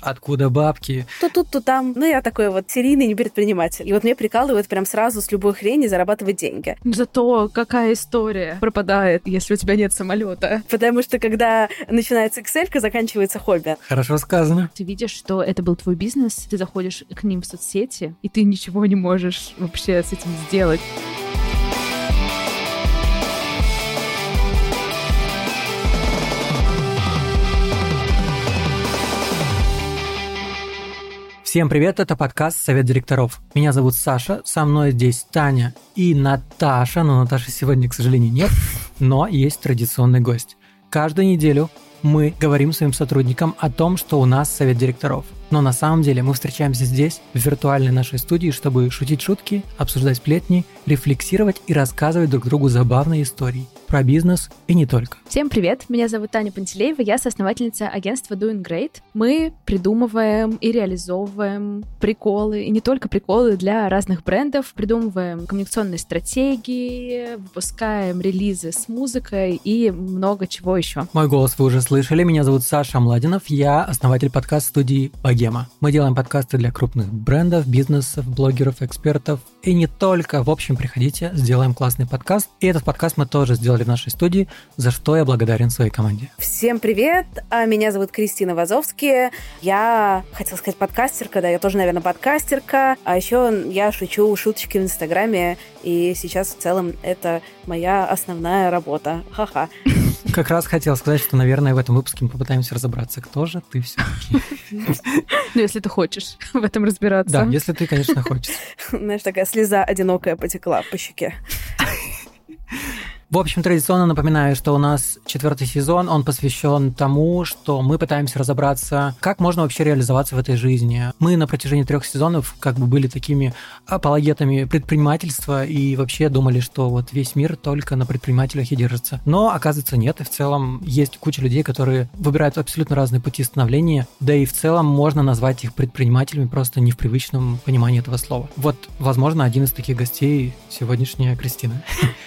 откуда бабки? То тут, то там. Ну, я такой вот серийный предприниматель. И вот мне прикалывают прям сразу с любой хрени зарабатывать деньги. Зато какая история пропадает, если у тебя нет самолета. Потому что когда начинается Excel-ка, заканчивается хобби. Хорошо сказано. Ты видишь, что это был твой бизнес, ты заходишь к ним в соцсети, и ты ничего не можешь вообще с этим сделать. Всем привет, это подкаст «Совет директоров». Меня зовут Саша, со мной здесь Таня и Наташа, но Наташи сегодня, к сожалению, нет, но есть традиционный гость. Каждую неделю мы говорим своим сотрудникам о том, что у нас совет директоров. Но на самом деле мы встречаемся здесь, в виртуальной нашей студии, чтобы шутить шутки, обсуждать сплетни, рефлексировать и рассказывать друг другу забавные истории про бизнес и не только. Всем привет, меня зовут Таня Пантелеева, я соосновательница агентства Doing Great. Мы придумываем и реализовываем приколы, и не только приколы для разных брендов, придумываем коммуникационные стратегии, выпускаем релизы с музыкой и много чего еще. Мой голос вы уже слышали, меня зовут Саша Младинов, я основатель подкаст-студии Богема. Мы делаем подкасты для крупных брендов, бизнесов, блогеров, экспертов и не только. В общем, приходите, сделаем классный подкаст. И этот подкаст мы тоже сделали в нашей студии, за что я благодарен своей команде. Всем привет! Меня зовут Кристина Вазовски. Я хотела сказать подкастерка, да, я тоже, наверное, подкастерка. А еще я шучу шуточки в Инстаграме, и сейчас в целом это моя основная работа. Ха-ха. Как раз хотел сказать, что, наверное, в этом выпуске мы попытаемся разобраться, кто же ты все-таки. Ну, если ты хочешь в этом разбираться. Да, если ты, конечно, хочешь. Знаешь, такая слеза одинокая потекла по щеке. В общем, традиционно напоминаю, что у нас 4-й сезон, он посвящен тому, что мы пытаемся разобраться, как можно вообще реализоваться в этой жизни. Мы на протяжении 3 сезонов как бы были такими апологетами предпринимательства и вообще думали, что вот весь мир только на предпринимателях и держится. Но, оказывается, нет, и в целом есть куча людей, которые выбирают абсолютно разные пути становления, да и в целом можно назвать их предпринимателями просто не в привычном понимании этого слова. Вот, возможно, один из таких гостей сегодняшняя Кристина.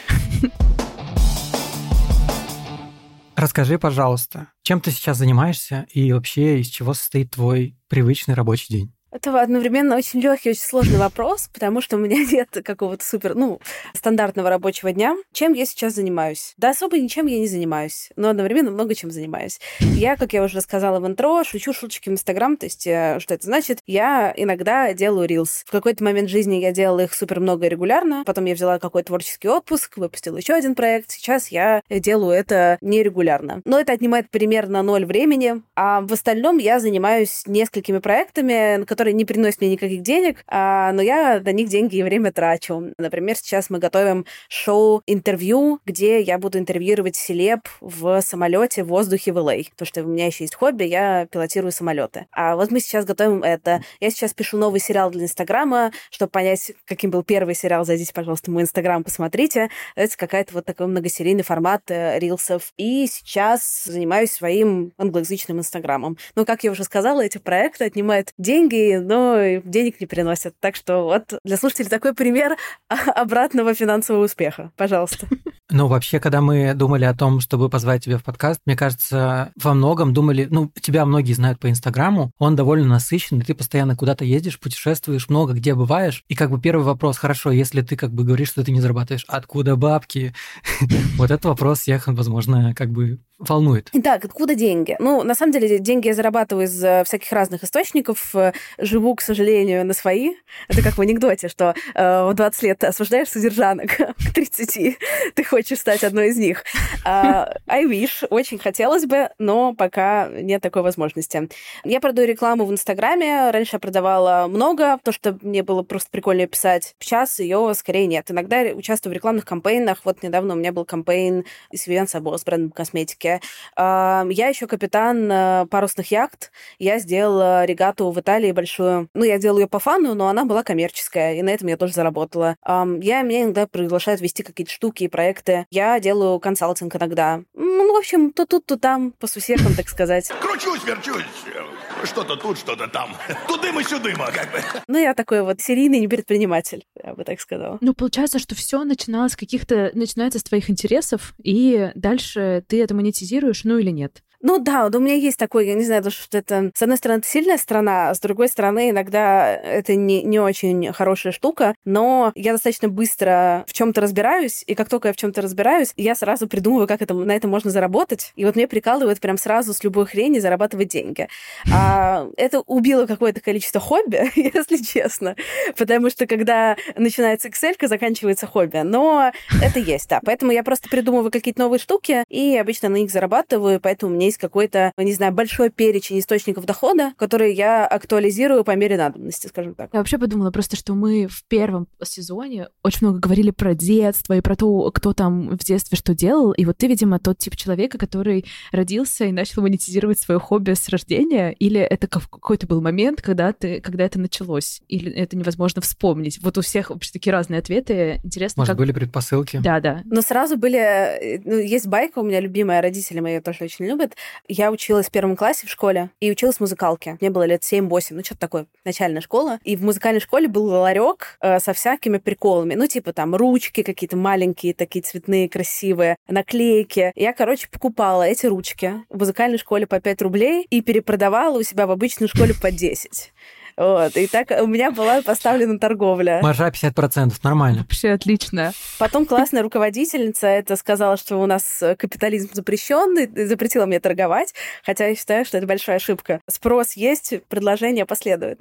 Расскажи, пожалуйста, чем ты сейчас занимаешься и вообще из чего состоит твой привычный рабочий день? Это одновременно очень легкий, очень сложный вопрос, потому что у меня нет какого-то стандартного рабочего дня. Чем я сейчас занимаюсь? Да особо ничем я не занимаюсь, но одновременно много чем занимаюсь. Я, как я уже рассказала в интро, шучу шуточки в Инстаграм, то есть что это значит? Я иногда делаю рилс. В какой-то момент жизни я делала их супер много и регулярно, потом я взяла какой-то творческий отпуск, выпустила еще один проект, сейчас я делаю это нерегулярно. Но это отнимает примерно 0 времени, а в остальном я занимаюсь несколькими проектами, которые не приносят мне никаких денег, но я на них деньги и время трачу. Например, сейчас мы готовим шоу-интервью, где я буду интервьюировать селеб в самолете в воздухе в LA. Потому что у меня еще есть хобби, я пилотирую самолеты. А вот мы сейчас готовим это. Я сейчас пишу новый сериал для Инстаграма, чтобы понять, каким был первый сериал. Зайдите, пожалуйста, в мой Инстаграм, посмотрите. Это какая-то вот такой многосерийный формат рилсов. И сейчас занимаюсь своим англоязычным Инстаграмом. Но, как я уже сказала, эти проекты отнимают деньги, но денег не приносят. Так что вот для слушателей такой пример обратного финансового успеха. Пожалуйста. Ну, вообще, когда мы думали о том, чтобы позвать тебя в подкаст, мне кажется, во многом думали, тебя многие знают по Инстаграму, он довольно насыщенный, ты постоянно куда-то ездишь, путешествуешь, много где бываешь, и первый вопрос, хорошо, если ты говоришь, что ты не зарабатываешь, откуда бабки? Вот этот вопрос всех, возможно, волнует. Итак, откуда деньги? На самом деле, деньги я зарабатываю из всяких разных источников, живу, к сожалению, на свои. Это как в анекдоте, что в 20 лет ты осуждаешь содержанок, к 30 ты хочешь стать одной из них. I wish, очень хотелось бы, но пока нет такой возможности. Я продаю рекламу в Инстаграме. Раньше я продавала много, потому что мне было просто прикольно писать. Сейчас ее скорее нет. Иногда участвую в рекламных кампейнах. Вот недавно у меня был кампейн из Vivienne Sabo с брендом косметики. Я еще капитан парусных яхт. Я сделала регату в Италии большую. Я делала ее по фану, но она была коммерческая, и на этом я тоже заработала. Меня иногда приглашают вести какие-то штуки и проекты. Я делаю консалтинг иногда. В общем, то тут, то там, по сусекам, так сказать. Кручусь, верчусь. Что-то тут, что-то там. Тудыма-сюдыма, Я такой вот серийный предприниматель, я бы так сказала. Получается, что все начинается с твоих интересов, и дальше ты это монетизируешь, или нет? Ну да, вот у меня есть такой, я не знаю, что это, с одной стороны, это сильная сторона, а с другой стороны, иногда это не очень хорошая штука, но я достаточно быстро в чем-то разбираюсь, и как только я в чем-то разбираюсь, я сразу придумываю, как на это можно заработать, и вот мне прикалывают прям сразу с любой хрени зарабатывать деньги. Это убило какое-то количество хобби, если честно, потому что когда начинается Excel, заканчивается хобби, но это есть, да. Поэтому я просто придумываю какие-то новые штуки и обычно на них зарабатываю, поэтому у меня есть какой-то, не знаю, большой перечень источников дохода, которые я актуализирую по мере надобности, скажем так. Я вообще подумала просто, что мы в первом сезоне очень много говорили про детство и про то, кто там в детстве что делал, и вот ты, видимо, тот тип человека, который родился и начал монетизировать свое хобби с рождения, или это какой-то был момент, когда это началось, или это невозможно вспомнить. Вот у всех вообще такие разные ответы. Интересно, Может, были предпосылки? Да. Но сразу были... есть байка у меня любимая, родители мои ее тоже очень любят. Я училась в первом классе в школе и училась в музыкалке. Мне было лет 7-8, что-то такое, начальная школа. И в музыкальной школе был ларек со всякими приколами. Типа там ручки какие-то маленькие, такие цветные, красивые, наклейки. Я, покупала эти ручки в музыкальной школе по 5 рублей и перепродавала у себя в обычной школе по 10. Вот. И так у меня была поставлена торговля. Маржа 50%, нормально. Вообще отлично. Потом классная руководительница это сказала, что у нас капитализм запрещен, и запретила мне торговать, хотя я считаю, что это большая ошибка. Спрос есть, предложение последует.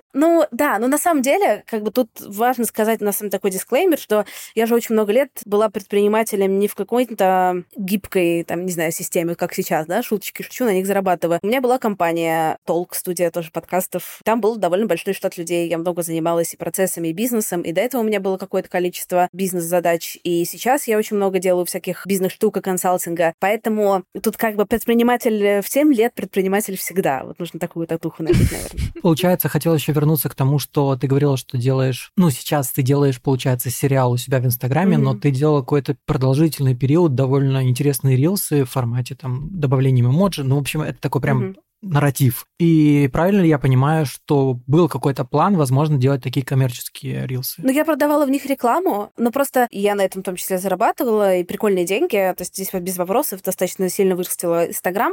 На самом деле, тут важно сказать, на самом такой дисклеймер, что я же очень много лет была предпринимателем не в какой-то гибкой, системе, как сейчас, да, шуточки шучу, на них зарабатываю. У меня была компания Толк, студия тоже подкастов. Там был довольно большой штат людей, я много занималась и процессами, и бизнесом, и до этого у меня было какое-то количество бизнес-задач, и сейчас я очень много делаю всяких бизнес-штук и консалтинга, поэтому тут предприниматель в 7 лет, предприниматель всегда. Вот нужно такую татуху набить, наверное. Получается, хотел еще вернуться к тому, что ты говорила, что делаешь... сейчас ты делаешь, получается, сериал у себя в Инстаграме, но ты делала какой-то продолжительный период, довольно интересные рилсы в формате добавлением эмоджи. В общем, это такой прям нарратив. И правильно ли я понимаю, что был какой-то план, возможно, делать такие коммерческие рилсы? Я продавала в них рекламу, но просто я на этом в том числе зарабатывала, и прикольные деньги, то есть здесь без вопросов достаточно сильно вырастила Инстаграм.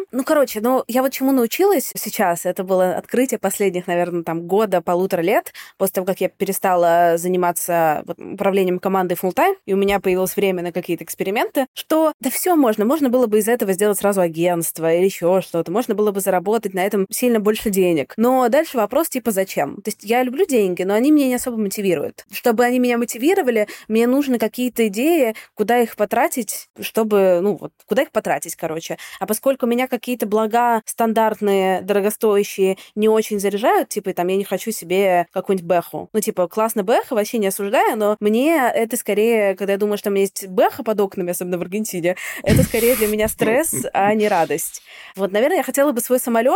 Я чему научилась сейчас, это было открытие последних, наверное, года, 1,5 лет, после того, как я перестала заниматься управлением командой full-time, и у меня появилось время на какие-то эксперименты, что все можно было бы из этого сделать сразу агентство или еще что-то, можно было бы заработать на этом сильно больше денег. Но дальше вопрос зачем? То есть я люблю деньги, но они меня не особо мотивируют. Чтобы они меня мотивировали, мне нужны какие-то идеи, куда их потратить, чтобы, куда их потратить, А поскольку меня какие-то блага стандартные, дорогостоящие не очень заряжают, я не хочу себе какую-нибудь бэху. Классно бэха, вообще не осуждаю, но мне это скорее, когда я думаю, что у меня есть бэха под окнами, особенно в Аргентине, это скорее для меня стресс, а не радость. Наверное, я хотела бы свой самолетик,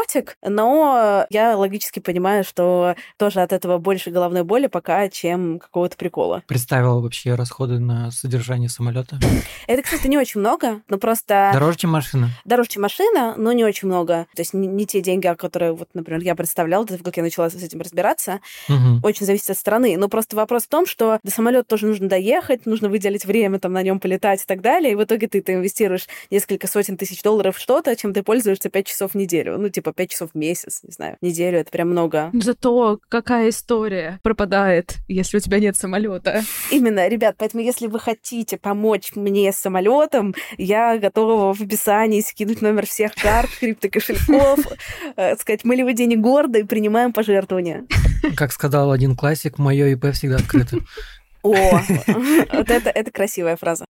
но я логически понимаю, что тоже от этого больше головной боли пока, чем какого-то прикола. Представила вообще расходы на содержание самолета? Это, кстати, не очень много, но просто... Дороже, чем машина? Дороже, чем машина, но не очень много. То есть не те деньги, которые, например, я представляла, до того, как я начала с этим разбираться. Очень зависит от страны. Но просто вопрос в том, что до самолета тоже нужно доехать, нужно выделить время на нем полетать и так далее, и в итоге ты инвестируешь несколько сотен тысяч долларов в что-то, чем ты пользуешься 5 часов в неделю. 5 часов в месяц, не знаю, неделю, это прям много. Зато какая история пропадает, если у тебя нет самолета. Именно, ребят, поэтому если вы хотите помочь мне с самолетом, я готова в описании скинуть номер всех карт, криптокошельков, сказать, мы люди не горды и принимаем пожертвования. Как сказал один классик, мое ИП всегда открыто. О, вот это красивая фраза.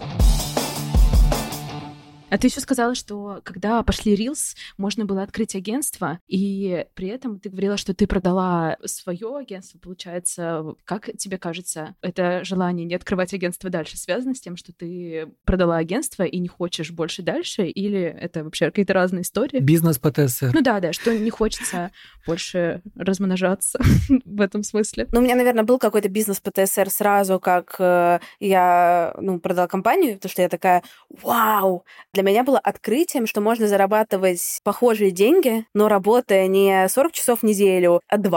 А ты еще сказала, что когда пошли Reels, можно было открыть агентство, и при этом ты говорила, что ты продала свое агентство, получается. Как тебе кажется, это желание не открывать агентство дальше связано с тем, что ты продала агентство и не хочешь больше дальше, или это вообще какие-то разные истории? Бизнес ПТСР. Да, что не хочется больше размножаться в этом смысле. У меня, наверное, был какой-то бизнес ПТСР сразу, как я продала компанию, потому что я такая, вау! Для меня было открытием, что можно зарабатывать похожие деньги, но работая не 40 часов в неделю, а 2.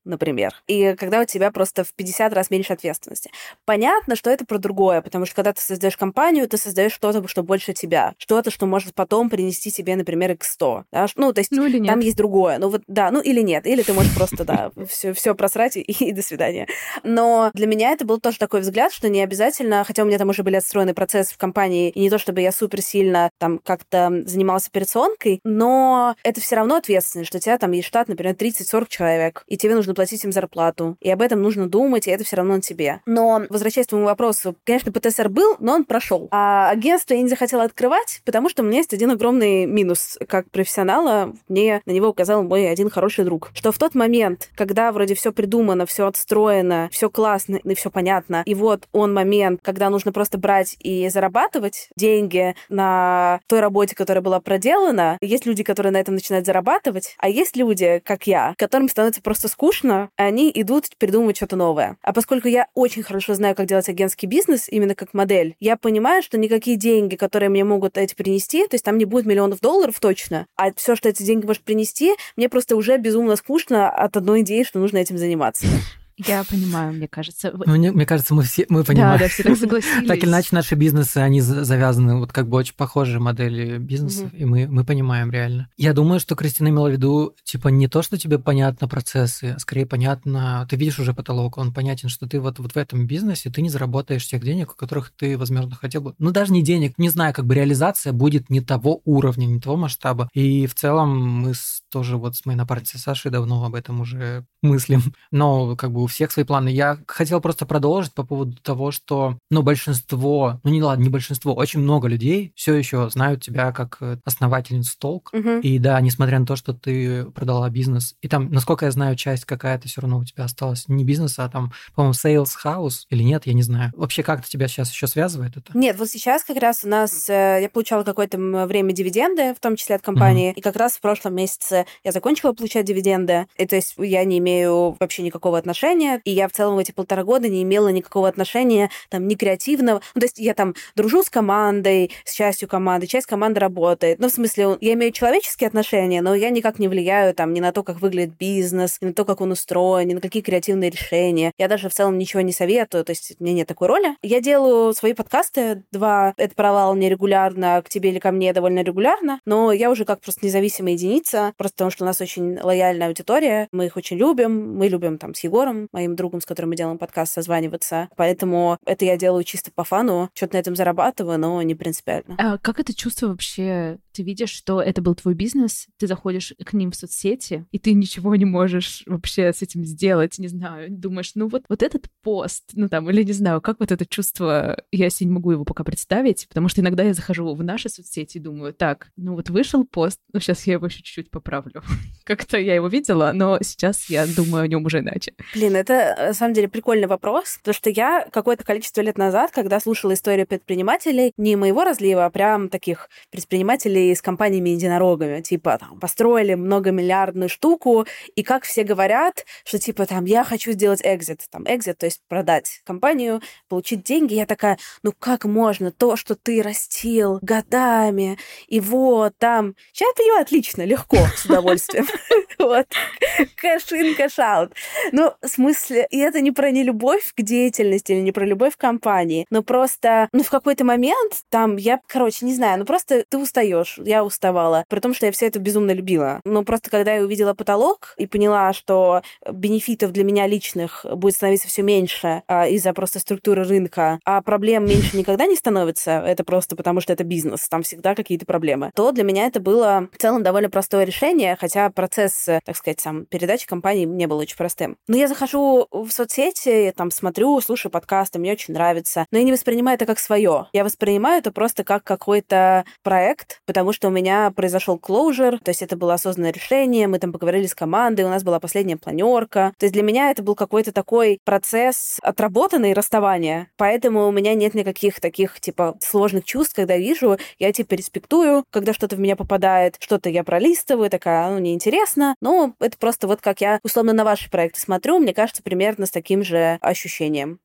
например. И когда у тебя просто в 50 раз меньше ответственности. Понятно, что это про другое, потому что когда ты создаешь компанию, ты создаешь что-то, что больше тебя. Что-то, что может потом принести тебе, например, X100. Да? Ну, то есть или там нет. есть другое. Ну, вот, да, ну или нет. Или ты можешь просто, да, все просрать и до свидания. Но для меня это был тоже такой взгляд, что не обязательно, хотя у меня там уже были отстроены процессы в компании, и не то чтобы я супер сильно там как-то занималась операционкой, но это все равно ответственность, что у тебя там есть штат, например, 30-40 человек, и тебе нужно платить им зарплату, и об этом нужно думать, и это все равно на тебе. Но, возвращаясь к твоему вопросу, конечно, ПТСР был, но он прошел. А агентство я не захотела открывать, потому что у меня есть один огромный минус. Как профессионала, мне на него указал мой один хороший друг, что в тот момент, когда вроде все придумано, все отстроено, все классно и все понятно, и вот он момент, когда нужно просто брать и зарабатывать деньги на той работе, которая была проделана. Есть люди, которые на этом начинают зарабатывать, а есть люди, как я, которым становится просто скучно, и они идут придумывать что-то новое. А поскольку я очень хорошо знаю, как делать агентский бизнес, именно как модель, я понимаю, что никакие деньги, которые мне могут эти принести, то есть там не будет миллионов долларов точно, а все, что эти деньги может принести, мне просто уже безумно скучно от одной идеи, что нужно этим заниматься. Я понимаю, мне кажется. Мне кажется, мы понимаем. Да, все так согласились. Так или иначе, наши бизнесы, они завязаны вот как бы очень похожие модели бизнеса, и мы понимаем реально. Я думаю, что Кристина имела в виду, типа, не то, что тебе понятно процессы, а скорее понятно, ты видишь уже потолок, он понятен, что ты вот в этом бизнесе, ты не заработаешь тех денег, у которых ты, возможно, хотел бы. Ну, даже не денег, не знаю, как бы реализация будет не того уровня, не того масштаба. И в целом мы тоже вот с моей напарницей Сашей давно об этом уже мыслим. Но как бы у всех свои планы. Я хотел просто продолжить по поводу того, что, большинство, не большинство, очень много людей все еще знают тебя как основательницу Толк. И да, несмотря на то, что ты продала бизнес, и там, насколько я знаю, часть какая-то все равно у тебя осталась не бизнеса, а там, по-моему, Sales House или нет, я не знаю. Вообще, как-то тебя сейчас еще связывает это? Нет, вот сейчас как раз у нас, я получала какое-то время дивиденды, в том числе от компании, и как раз в прошлом месяце я закончила получать дивиденды, и то есть я не имею вообще никакого отношения, и я в целом в эти 1,5 года не имела никакого отношения там ни креативного, ну, то есть я там дружу с командой, с частью команды, часть команды работает, ну, в смысле, я имею человеческие отношения, но я никак не влияю там ни на то, как выглядит бизнес, ни на то, как он устроен, ни на какие креативные решения. Я даже в целом ничего не советую, то есть у меня нет такой роли. Я делаю свои подкасты, 2, это провал нерегулярно, к тебе или ко мне довольно регулярно, но я уже как просто независимая единица, просто потому что у нас очень лояльная аудитория, мы их очень любим, мы любим там с Егором, моим другом, с которым мы делаем подкаст, созваниваться, поэтому это я делаю чисто по фану, что-то на этом зарабатываю, но не принципиально. А как это чувство вообще? Ты видишь, что это был твой бизнес, ты заходишь к ним в соцсети, и ты ничего не можешь вообще с этим сделать, не знаю, думаешь, вот этот пост, или не знаю, как вот это чувство, я себе не могу его пока представить, потому что иногда я захожу в наши соцсети и думаю, так, вышел пост, сейчас я его еще чуть-чуть поправлю. Как-то я его видела, но сейчас я думаю о нем уже иначе. Блин, это на самом деле прикольный вопрос, потому что я какое-то количество лет назад, когда слушала историю предпринимателей, не моего разлива, а прям таких предпринимателей с компаниями-единорогами, типа там построили многомиллиардную штуку, и как все говорят, что типа там я хочу сделать экзит, то есть продать компанию, получить деньги, я такая, как можно то, что ты растил годами, и вот там... Сейчас я понимаю, отлично, легко, с удовольствием. Вот. Кэш-ин, кэш-аут. В смысле, и это не про нелюбовь к деятельности или не про любовь к компании, но просто, в какой-то момент там я, не знаю, просто ты устаешь, я уставала, при том, что я все это безумно любила. Но просто когда я увидела потолок и поняла, что бенефитов для меня личных будет становиться все меньше из-за просто структуры рынка, а проблем меньше никогда не становится, это просто потому, что это бизнес, там всегда какие-то проблемы, то для меня это было в целом довольно простое решение, хотя процесс, так сказать, передачи компании не был очень простым. Но я захожу в соцсети, там смотрю, слушаю подкасты, мне очень нравится, но я не воспринимаю это как свое. Я воспринимаю это просто как какой-то проект, потому что у меня произошел closure, то есть это было осознанное решение, мы там поговорили с командой, у нас была последняя планерка. То есть для меня это был какой-то такой процесс отработанный расставания, поэтому у меня нет никаких таких, сложных чувств, когда вижу, я, респектую, когда что-то в меня попадает, что-то я пролистываю, такая, неинтересно, но это просто вот как я, условно, на ваши проекты смотрю, мне кажется, примерно с таким же ощущением.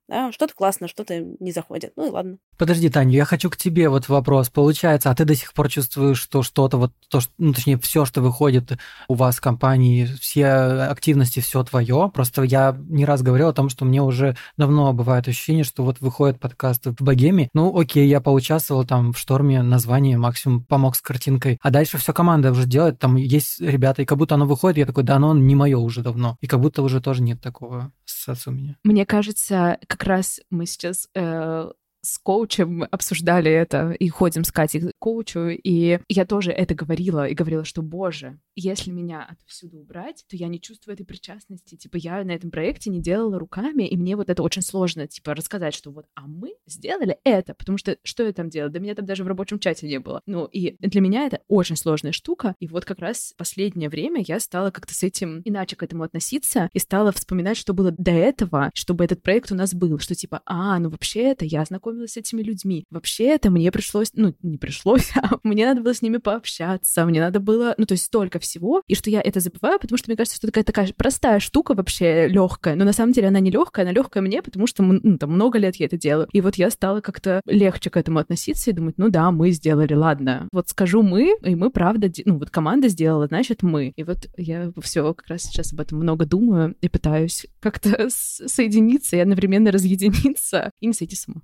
Да? Что-то классно, что-то не заходит. Ну и ладно. Подожди, Таня, я хочу к тебе вот вопрос. Получается, а ты до сих пор чувствуешь, что что-то вот, то, что, ну, точнее, все, что выходит у вас в компании, все активности, все твое? Просто я не раз говорил о том, что мне уже давно бывает ощущение, что вот выходит подкаст в Богеме, ну окей, я поучаствовал там в шторме, название максимум помог с картинкой, а дальше все команда уже делает, там есть ребята, и как будто оно выходит, я такой, да, оно не мое уже давно, и как будто уже тоже нет такого ассоциации у меня. Мне кажется, как раз мы сейчас с коучем обсуждали это и ходим с Катей к коучу, и я тоже это говорила, и говорила, что, боже, если меня отовсюду убрать, то я не чувствую этой причастности. Типа, я на этом проекте не делала руками, и мне вот это очень сложно, типа, рассказать, что вот, а мы сделали это, потому что что я там делала? Да меня там даже в рабочем чате не было. Ну, и для меня это очень сложная штука, и вот как раз в последнее время я стала как-то с этим иначе к этому относиться, и стала вспоминать, что было до этого, чтобы этот проект у нас был, что типа, ну вообще-то я знакомилась с этими людьми. Вообще-то мне пришлось, ну, не пришлось, а мне надо было с ними пообщаться, мне надо было, ну, то есть столько всего, и что я это забываю, потому что мне кажется, что это такая простая штука вообще, легкая, но на самом деле она не легкая, она легкая мне, потому что, ну, там, много лет я это делаю. И вот я стала как-то легче к этому относиться и думать, ну да, мы сделали, ладно. Вот скажу мы, и мы, правда, ну, вот команда сделала, значит, мы. И вот я все как раз сейчас об этом много думаю и пытаюсь как-то соединиться и одновременно разъединиться и не сойти с ума.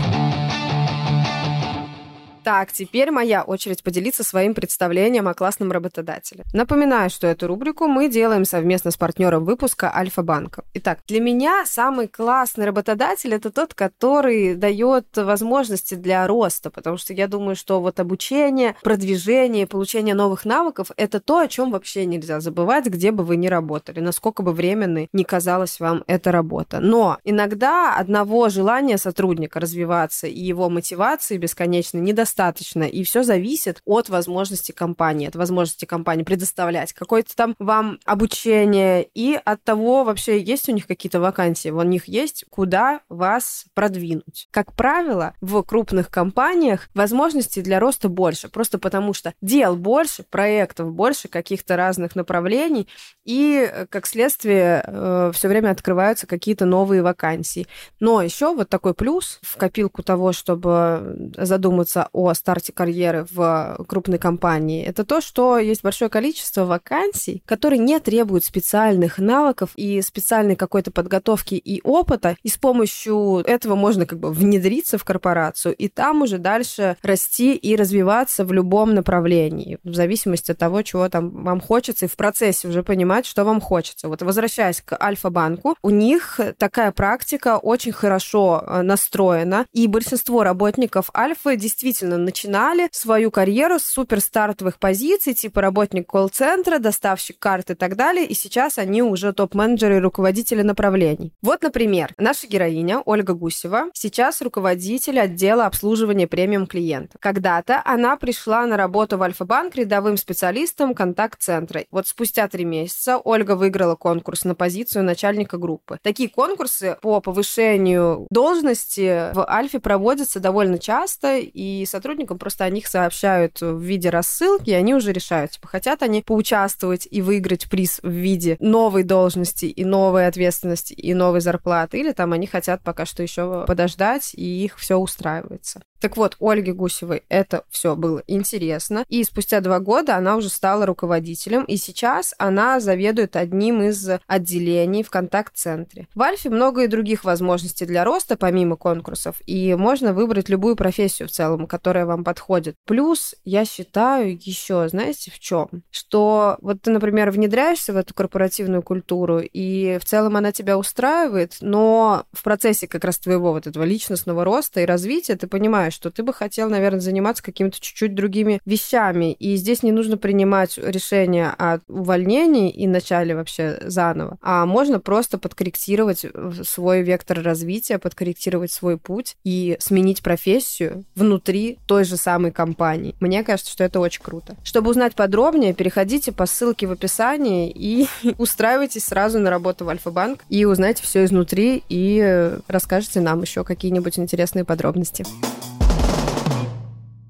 Так, теперь моя очередь поделиться своим представлением о классном работодателе. Напоминаю, что эту рубрику мы делаем совместно с партнером выпуска Альфа-банка. Итак, для меня самый классный работодатель – это тот, который дает возможности для роста, потому что я думаю, что вот обучение, продвижение, получение новых навыков – это то, о чем вообще нельзя забывать, где бы вы ни работали, насколько бы временной ни казалась вам эта работа. Но иногда одного желания сотрудника развиваться и его мотивации бесконечно недостаточно, и все зависит от возможности компании, предоставлять какое-то там вам обучение и от того, вообще есть у них какие-то вакансии, у них есть куда вас продвинуть. Как правило, в крупных компаниях возможностей для роста больше, просто потому что дел больше, проектов больше, каких-то разных направлений, и, как следствие, все время открываются какие-то новые вакансии. Но еще вот такой плюс в копилку того, чтобы задуматься о старте карьеры в крупной компании, это то, что есть большое количество вакансий, которые не требуют специальных навыков и специальной какой-то подготовки и опыта, и с помощью этого можно как бы внедриться в корпорацию и там уже дальше расти и развиваться в любом направлении, в зависимости от того, чего там вам хочется, и в процессе уже понимать, что вам хочется. Вот возвращаясь к Альфа-банку, у них такая практика очень хорошо настроена, и большинство работников Альфы действительно начинали свою карьеру с суперстартовых позиций, типа работник колл-центра, доставщик карт и так далее, и сейчас они уже топ-менеджеры и руководители направлений. Вот, например, наша героиня Ольга Гусева сейчас руководитель отдела обслуживания премиум-клиентов. Когда-то она пришла на работу в Альфа-банк рядовым специалистом контакт-центра. Вот спустя 3 месяца Ольга выиграла конкурс на позицию начальника группы. Такие конкурсы по повышению должности в Альфе проводятся довольно часто, и сотрудникам просто о них сообщают в виде рассылки, и они уже решают, типа, хотят они поучаствовать и выиграть приз в виде новой должности и новой ответственности и новой зарплаты, или там они хотят пока что еще подождать, и их все устраивается. Так вот, Ольге Гусевой это все было интересно, и спустя 2 года она уже стала руководителем, и сейчас она заведует одним из отделений в контакт-центре. В Альфе много и других возможностей для роста, помимо конкурсов, и можно выбрать любую профессию в целом, которая вам подходит. Плюс, я считаю, еще, знаете, в чем? Что вот ты, например, внедряешься в эту корпоративную культуру, и в целом она тебя устраивает, но в процессе как раз твоего вот этого личностного роста и развития ты понимаешь, что ты бы хотел, наверное, заниматься какими-то чуть-чуть другими вещами. И здесь не нужно принимать решение о увольнении и начале вообще заново, а можно просто подкорректировать свой вектор развития, подкорректировать свой путь и сменить профессию внутри той же самой компании. Мне кажется, что это очень круто. Чтобы узнать подробнее, переходите по ссылке в описании и устраивайтесь сразу на работу в Альфа-банк и узнайте все изнутри и расскажете нам еще какие-нибудь интересные подробности.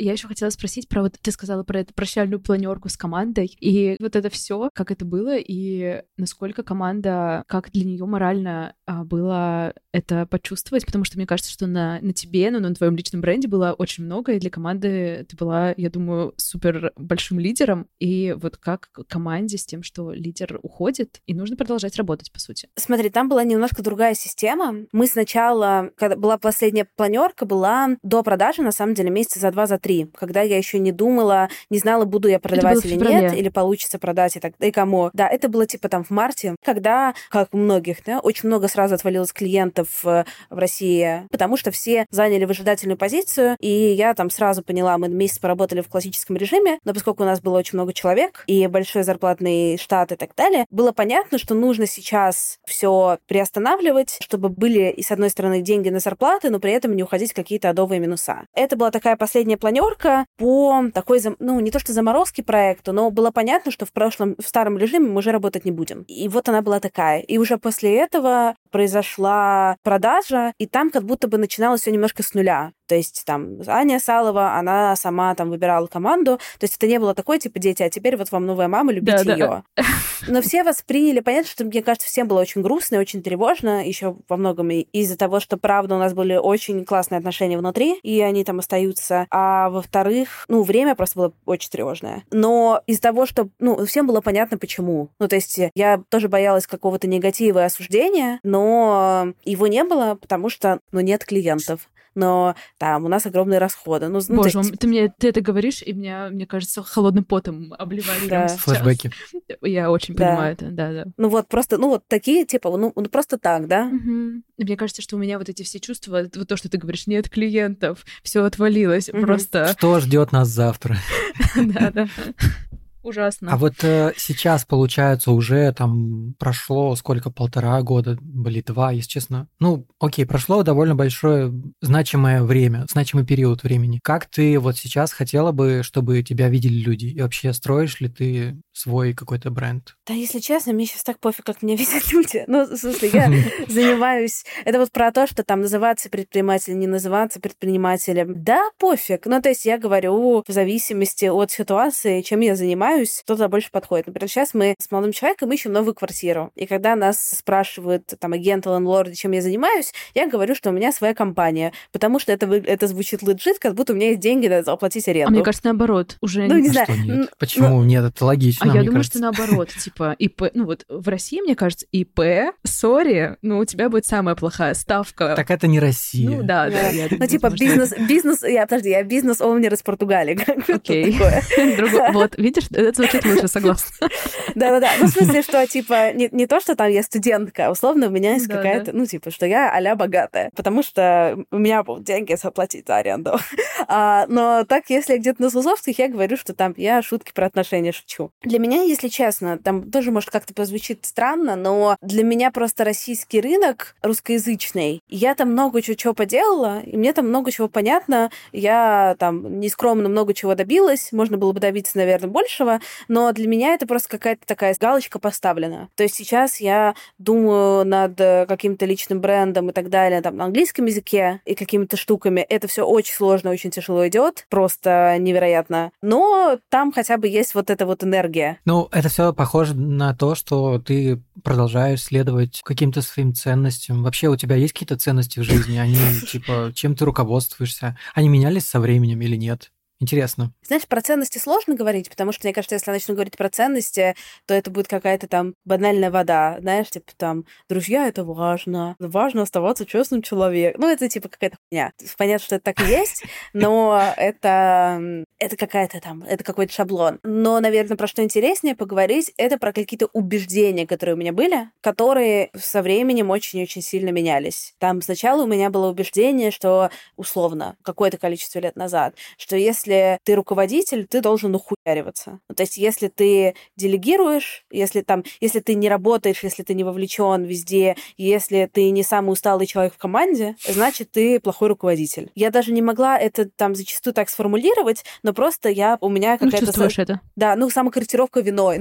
Я еще хотела спросить про вот ты сказала про эту прощальную планерку с командой, и вот это все, как это было, и насколько команда, как для нее морально было это почувствовать, потому что мне кажется, что на тебе, на твоем личном бренде было очень много, и для команды ты была, я думаю, супер большим лидером, и вот как команде с тем, что лидер уходит, и нужно продолжать работать, по сути. Смотри, там была немножко другая система. Мы сначала, когда была последняя планерка, была до продажи, на самом деле, месяца за 2-3, когда я еще не думала, не знала, буду я продавать или нет, или получится продать и кому. Да, это было типа там в марте, когда, как у многих, да, очень много сразу отвалилось клиентов в России, потому что все заняли выжидательную позицию, и я там сразу поняла, мы месяц поработали в классическом режиме, но поскольку у нас было очень много человек и большой зарплатный штат и так далее, было понятно, что нужно сейчас все приостанавливать, чтобы были и с одной стороны деньги на зарплаты, но при этом не уходить в какие-то адовые минуса. Это была такая последняя планерка по такой, не то что заморозке проекту, но было понятно, что в старом режиме мы уже работать не будем. И вот она была такая. И уже после этого произошла продажа, и там как будто бы начиналось все немножко с нуля. То есть там Аня Салова, она сама там выбирала команду. То есть это не было такое, типа, дети, а теперь вот вам новая мама, любите ее. Но все восприняли, понятно, что, мне кажется, всем было очень грустно и очень тревожно, еще во многом из-за того, что, правда, у нас были очень классные отношения внутри, и они там остаются. А во-вторых, время просто было очень тревожное. Но из-за того, что, всем было понятно, почему. То есть я тоже боялась какого-то негатива и осуждения, но его не было, потому что, нет клиентов. Но там у нас огромные расходы. Боже, ты это говоришь, и мне кажется, холодным потом обливали. Да. Флэшбэки. Я очень понимаю это, да. Вот такие, типа, просто так, да? Угу. Мне кажется, что у меня вот эти все чувства, вот то, что ты говоришь, нет клиентов, все отвалилось, просто... Что ждет нас завтра? Да. Ужасно. А вот сейчас, получается, уже там прошло сколько, 1,5 года, 2, если честно. Окей, прошло довольно большое значимое время, значимый период времени. Как ты вот сейчас хотела бы, чтобы тебя видели люди? И вообще строишь ли ты свой какой-то бренд? Да, если честно, мне сейчас так пофиг, как меня видят люди. В смысле, я занимаюсь... Это вот про то, что там называться предпринимателем, не называться предпринимателем. Да, пофиг. То есть я говорю в зависимости от ситуации, чем я занимаюсь, кто-то больше подходит. Например, сейчас мы с молодым человеком ищем новую квартиру. И когда нас спрашивают там агенты, лендлорды, чем я занимаюсь, я говорю, что у меня своя компания, потому что это звучит легит, как будто у меня есть деньги на оплатить аренду. А мне кажется, наоборот. Уже не знаю. Что нет? Почему? Нет, это логично. А я думаю, что наоборот. Типа, ИП... вот в России, мне кажется, ИП, сори, у тебя будет самая плохая ставка. Так это не Россия. Да. Типа бизнес... Я бизнес-оунер из Португалии. Окей. Вот, видишь, это звучит лучше, согласна. Да. В смысле, что, типа, не то, что там я студентка, а условно у меня есть какая-то, что я а-ля богатая, потому что у меня будут деньги заплатить за аренду. Но так, если где-то на тусовках, я говорю, что там я шутки про отношения шучу. Для меня, если честно, там тоже, может, как-то позвучит странно, но для меня просто российский рынок русскоязычный, я там много чего поделала, и мне там много чего понятно, я там нескромно много чего добилась, можно было бы добиться, наверное, большего, но для меня это просто какая-то такая галочка поставлена. То есть сейчас я думаю над каким-то личным брендом и так далее, там, на английском языке и какими-то штуками. Это все очень сложно, очень тяжело идет, просто невероятно. Но там хотя бы есть вот эта вот энергия. Это все похоже на то, что ты продолжаешь следовать каким-то своим ценностям. Вообще у тебя есть какие-то ценности в жизни? Они, типа, чем ты руководствуешься? Они менялись со временем или нет? Интересно. Знаешь, про ценности сложно говорить, потому что, мне кажется, если я начну говорить про ценности, то это будет какая-то там банальная вода. Знаешь, типа там, друзья, это важно. Важно оставаться честным человеком. Это типа какая-то хуйня. Понятно, что это так и есть, но это какая-то там, это какой-то шаблон. Но, наверное, про что интереснее поговорить, это про какие-то убеждения, которые у меня были, которые со временем очень-очень сильно менялись. Там сначала у меня было убеждение, что, условно, какое-то количество лет назад, что если ты руководитель, ты должен ухуяриваться. То есть если ты делегируешь, если ты не работаешь, если ты не вовлечен везде, если ты не самый усталый человек в команде, значит, ты плохой руководитель. Я даже не могла это там зачастую так сформулировать, но просто у меня какая-то... чувствуешь это? Да, самокорректировка виной.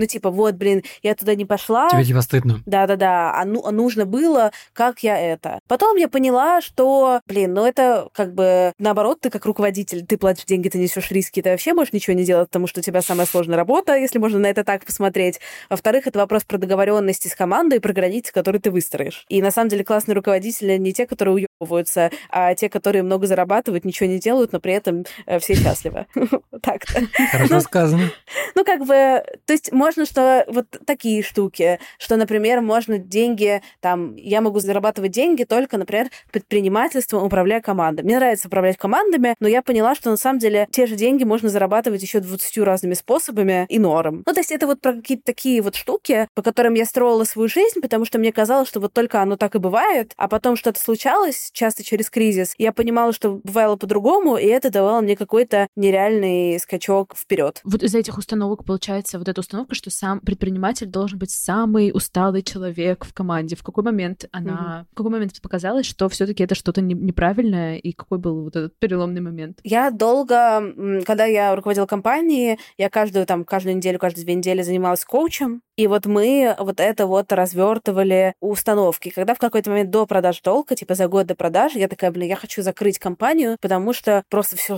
я туда не пошла. Тебе типа стыдно. Да. А нужно было, как я это. Потом я поняла, что, это как бы наоборот, ты как руководитель, ты платишь деньги, ты несешь уж риски, ты вообще можешь ничего не делать, потому что у тебя самая сложная работа, если можно на это так посмотреть. Во-вторых, это вопрос про договоренности с командой и про границы, которые ты выстроишь. И на самом деле классные руководители не те, которые уебываются, а те, которые много зарабатывают, ничего не делают, но при этом все счастливы. Так-то. Хорошо сказано. Ну, как бы, то есть можно, что вот такие штуки, что, например, можно деньги, там, я могу зарабатывать деньги только, например, предпринимательством, управляя командой. Мне нравится управлять командами, но я поняла, что на самом деле те же деньги можно зарабатывать еще 20 разными способами и норм. Ну, то есть это вот про какие-то такие вот штуки, по которым я строила свою жизнь, потому что мне казалось, что вот только оно так и бывает, а потом что-то случалось, часто через кризис, и я понимала, что бывало по-другому, и это давало мне какой-то нереальный скачок вперед. Вот из этих установок получается вот эта установка, что сам предприниматель должен быть самый усталый человек в команде. В какой момент в какой момент показалось, что все-таки это что-то неправильное, и какой был вот этот переломный момент? Я долго, когда я руководила компанией, я каждую неделю, каждые 2 недели занималась коучем, и вот мы вот это вот развертывали установки. Когда в какой-то момент до продаж долга, типа за год до продажи, я такая, я хочу закрыть компанию, потому что просто все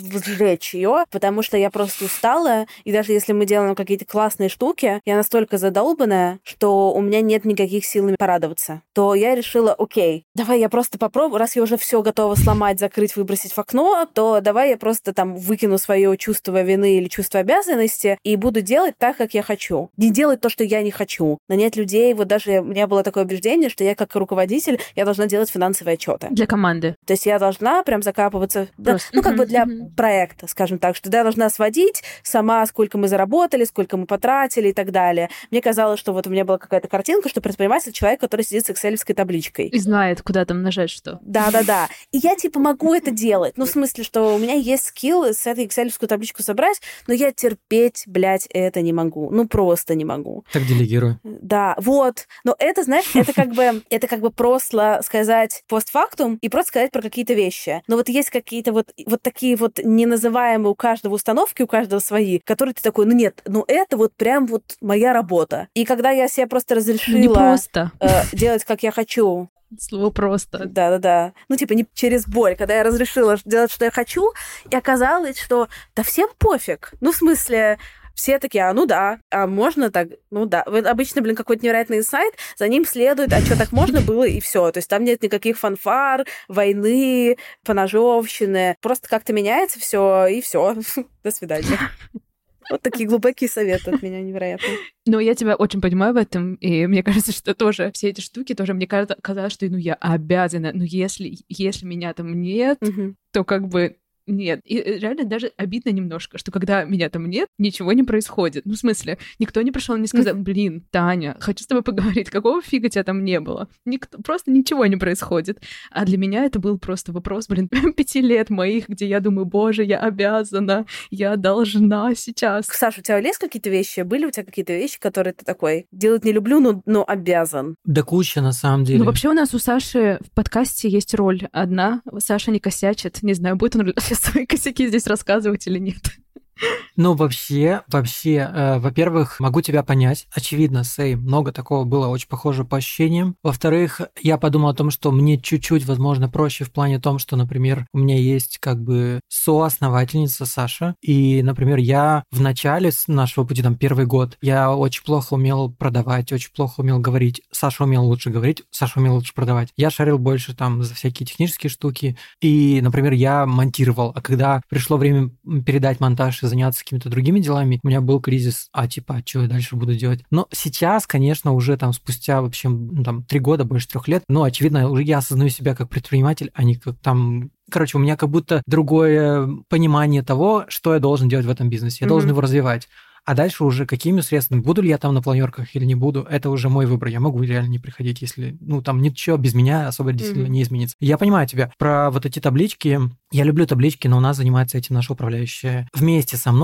сжечь ее, потому что я просто устала, и даже если мы делаем какие-то классные штуки, я настолько задолбанная, что у меня нет никаких сил ими порадоваться. То я решила, окей, давай я просто попробую, раз я уже все готова сломать, закрыть, выбросить в окно, то давай я просто там выкину свое чувство вины или чувство обязанности и буду делать так, как я хочу. Не делать то, что я не хочу. Нанять людей, вот даже у меня было такое убеждение, что я как руководитель, я должна делать финансовые отчеты. Для команды. То есть я должна прям закапываться, как бы для проекта, скажем так, что я должна сводить сама, сколько мы заработали, сколько мы потратили и так далее. Мне казалось, что вот у меня была какая-то картинка, что предприниматель — человек, который сидит с экселевской табличкой. И знает, куда там нажать что. Да. И я, могу это делать. Ну, в смысле, что у меня есть скилл с этой экселевскую табличку собрать, но я терпеть, это не могу. Ну, просто не могу. Так делегируй. Да, вот. Но это, знаешь, это как бы просто сказать постфактум и просто сказать про какие-то вещи. Но вот есть какие-то вот такие вот неназываемые у каждого установки, у каждого свои, которые ты такой, это вот прям вот моя работа. И когда я себе просто разрешила делать, как я хочу. Слово «просто». Да. Не через боль. Когда я разрешила делать, что я хочу, и оказалось, что да всем пофиг. Ну, в смысле, все такие, а можно так? Ну да. Обычно, какой-то невероятный инсайт, за ним следует, а что так можно было, и все. То есть там нет никаких фанфар, войны, поножовщины. Просто как-то меняется все и все. До свидания. Вот такие глубокие советы от меня невероятные. Но я тебя очень понимаю в этом, и мне кажется, что тоже все эти штуки тоже мне казалось, что я обязана. Но если меня там нет, то как бы нет. И реально даже обидно немножко, что когда меня там нет, ничего не происходит. Ну, в смысле, никто не пришел и не сказал, Таня, хочу с тобой поговорить, какого фига тебя там не было? Просто ничего не происходит. А для меня это был просто вопрос, 5 лет моих, где я думаю, боже, я обязана, я должна сейчас. Саша, у тебя есть какие-то вещи? Были у тебя какие-то вещи, которые ты такой, делать не люблю, но обязан? Да куча, на самом деле. Ну, вообще у нас у Саши в подкасте есть роль одна. Саша не косячит. Не знаю, будет он свои косяки здесь рассказывать или нет. Ну, вообще, во-первых, могу тебя понять. Очевидно, много такого было очень похоже по ощущениям. Во-вторых, я подумал о том, что мне чуть-чуть, возможно, проще в плане том, что, например, у меня есть как бы соосновательница Саша. И, например, я в начале нашего пути, первый год, я очень плохо умел продавать, очень плохо умел говорить. Саша умел лучше говорить, Саша умел лучше продавать. Я шарил больше за всякие технические штуки. И, например, я монтировал. А когда пришло время передать монтаж и заняться какими-то другими делами, у меня был кризис, что я дальше буду делать? Но сейчас, конечно, уже спустя, в общем, 3 года, больше 3 лет, очевидно, уже я осознаю себя как предприниматель, а не как у меня как будто другое понимание того, что я должен делать в этом бизнесе. Я должен его развивать. А дальше уже какими средствами, буду ли я там на планерках или не буду, это уже мой выбор. Я могу реально не приходить, если, ничего без меня особо действительно не изменится. Я понимаю тебя. Про вот эти таблички, я люблю таблички, но у нас занимается этим наша управляющая вместе со мной под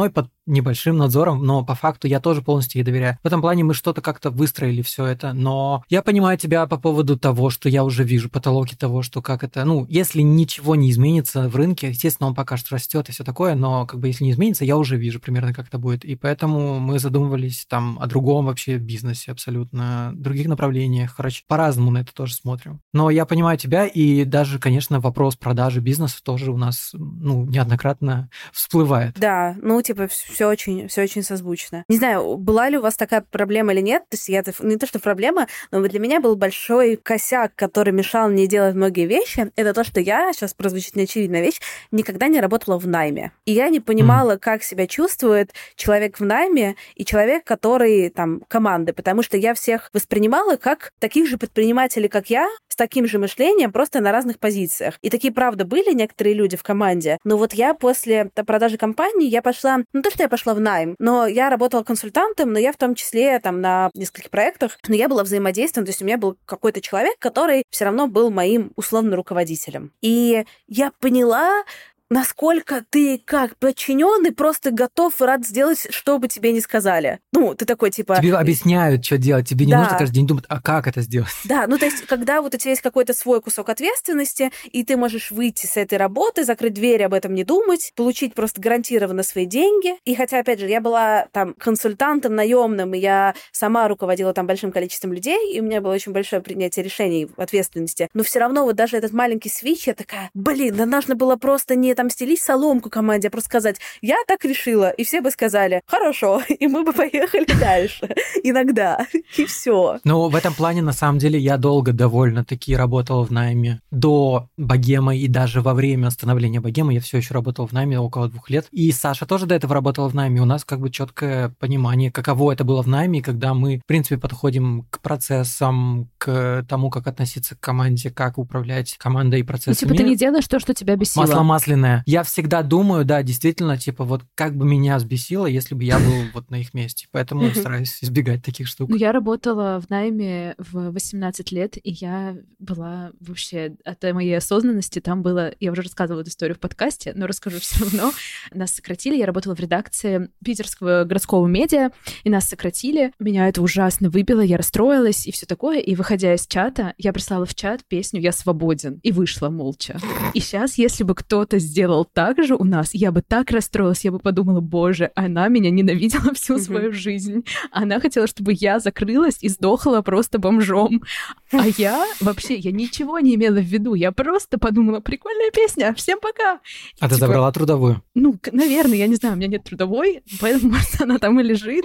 небольшим надзором, но по факту я тоже полностью ей доверяю. В этом плане мы что-то как-то выстроили все это, но я понимаю тебя по поводу того, что я уже вижу потолки того, что как это, если ничего не изменится в рынке, естественно, он пока что растет и все такое, но как бы если не изменится, я уже вижу примерно, как это будет. И поэтому мы задумывались там о другом вообще бизнесе абсолютно, других направлениях. Короче, по-разному на это тоже смотрим. Но я понимаю тебя, и даже, конечно, вопрос продажи бизнеса тоже у нас, неоднократно всплывает. Да, все очень созвучно. Не знаю, была ли у вас такая проблема или нет, то есть не то, что проблема, но для меня был большой косяк, который мешал мне делать многие вещи, это то, что я, сейчас прозвучит неочевидная вещь, никогда не работала в найме. И я не понимала, как себя чувствует человек в найме и человек, который там команды, потому что я всех воспринимала как таких же предпринимателей, как я, с таким же мышлением, просто на разных позициях. И такие, правда, были некоторые люди в команде, но вот я после продажи компании, я пошла, то, что я пошла в найм, но я работала консультантом, но я в том числе там на нескольких проектах, но я была взаимодействием, то есть у меня был какой-то человек, который все равно был моим условно руководителем. И я поняла, насколько ты как подчиненный просто готов и рад сделать, что бы тебе ни сказали. Ты такой, типа... Тебе объясняют, что делать, тебе не нужно каждый день думать, а как это сделать? Да, то есть, когда вот у тебя есть какой-то свой кусок ответственности, и ты можешь выйти с этой работы, закрыть дверь, об этом не думать, получить просто гарантированно свои деньги. И хотя, опять же, я была там консультантом наемным, и я сама руководила там большим количеством людей, и у меня было очень большое принятие решений, ответственности, но все равно вот даже этот маленький свитч, я такая, да нужно было просто не там стелить соломку команде, а просто сказать, я так решила, и все бы сказали, хорошо, и мы бы поехали дальше. Иногда. И все. В этом плане, на самом деле, я долго довольно-таки работала в найме. До Богемы и даже во время становления Богемы я все еще работала в найме около 2 лет. И Саша тоже до этого работала в найме. У нас как бы четкое понимание, каково это было в найме, когда мы, в принципе, подходим к процессам, к тому, как относиться к команде, как управлять командой и процессами. Ты не делаешь то, что тебя бесило. Масло масляное. Я всегда думаю, да, действительно, вот как бы меня взбесило, если бы я был вот на их месте. Поэтому стараюсь избегать таких штук. Я работала в найме в 18 лет, и я была вообще от моей осознанности, там было, я уже рассказывала эту историю в подкасте, но расскажу все равно. Нас сократили, я работала в редакции питерского городского медиа, и нас сократили. Меня это ужасно выбило, я расстроилась и все такое, и выходя из чата, я прислала в чат песню «Я свободен» и вышла молча. И сейчас, если бы кто-то сделал так же у нас, я бы так расстроилась, я бы подумала, боже, она меня ненавидела всю свою жизнь. Она хотела, чтобы я закрылась и сдохла просто бомжом. А я ничего не имела в виду. Я просто подумала, прикольная песня, всем пока. А ты забрала трудовую? Наверное, я не знаю, у меня нет трудовой, поэтому, может, она там и лежит.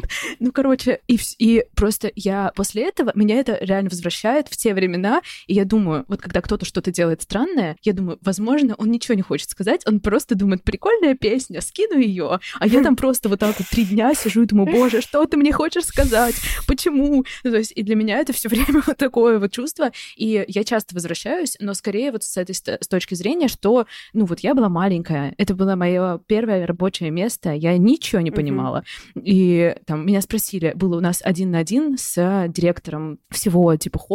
И просто я после этого, меня это реально возвращает в те времена, и я думаю, вот когда кто-то что-то делает странное, я думаю, возможно, он ничего не хочет сказать, он просто думает, прикольная песня, скину ее, а я там просто вот так вот 3 дня сижу и думаю, боже, что ты мне хочешь сказать? Почему? То есть и для меня это все время вот такое вот чувство, и я часто возвращаюсь, но скорее вот с точки зрения, что, я была маленькая, это было мое первое рабочее место, я ничего не понимала, и там меня спросили, было у нас 1 на 1 с директором всего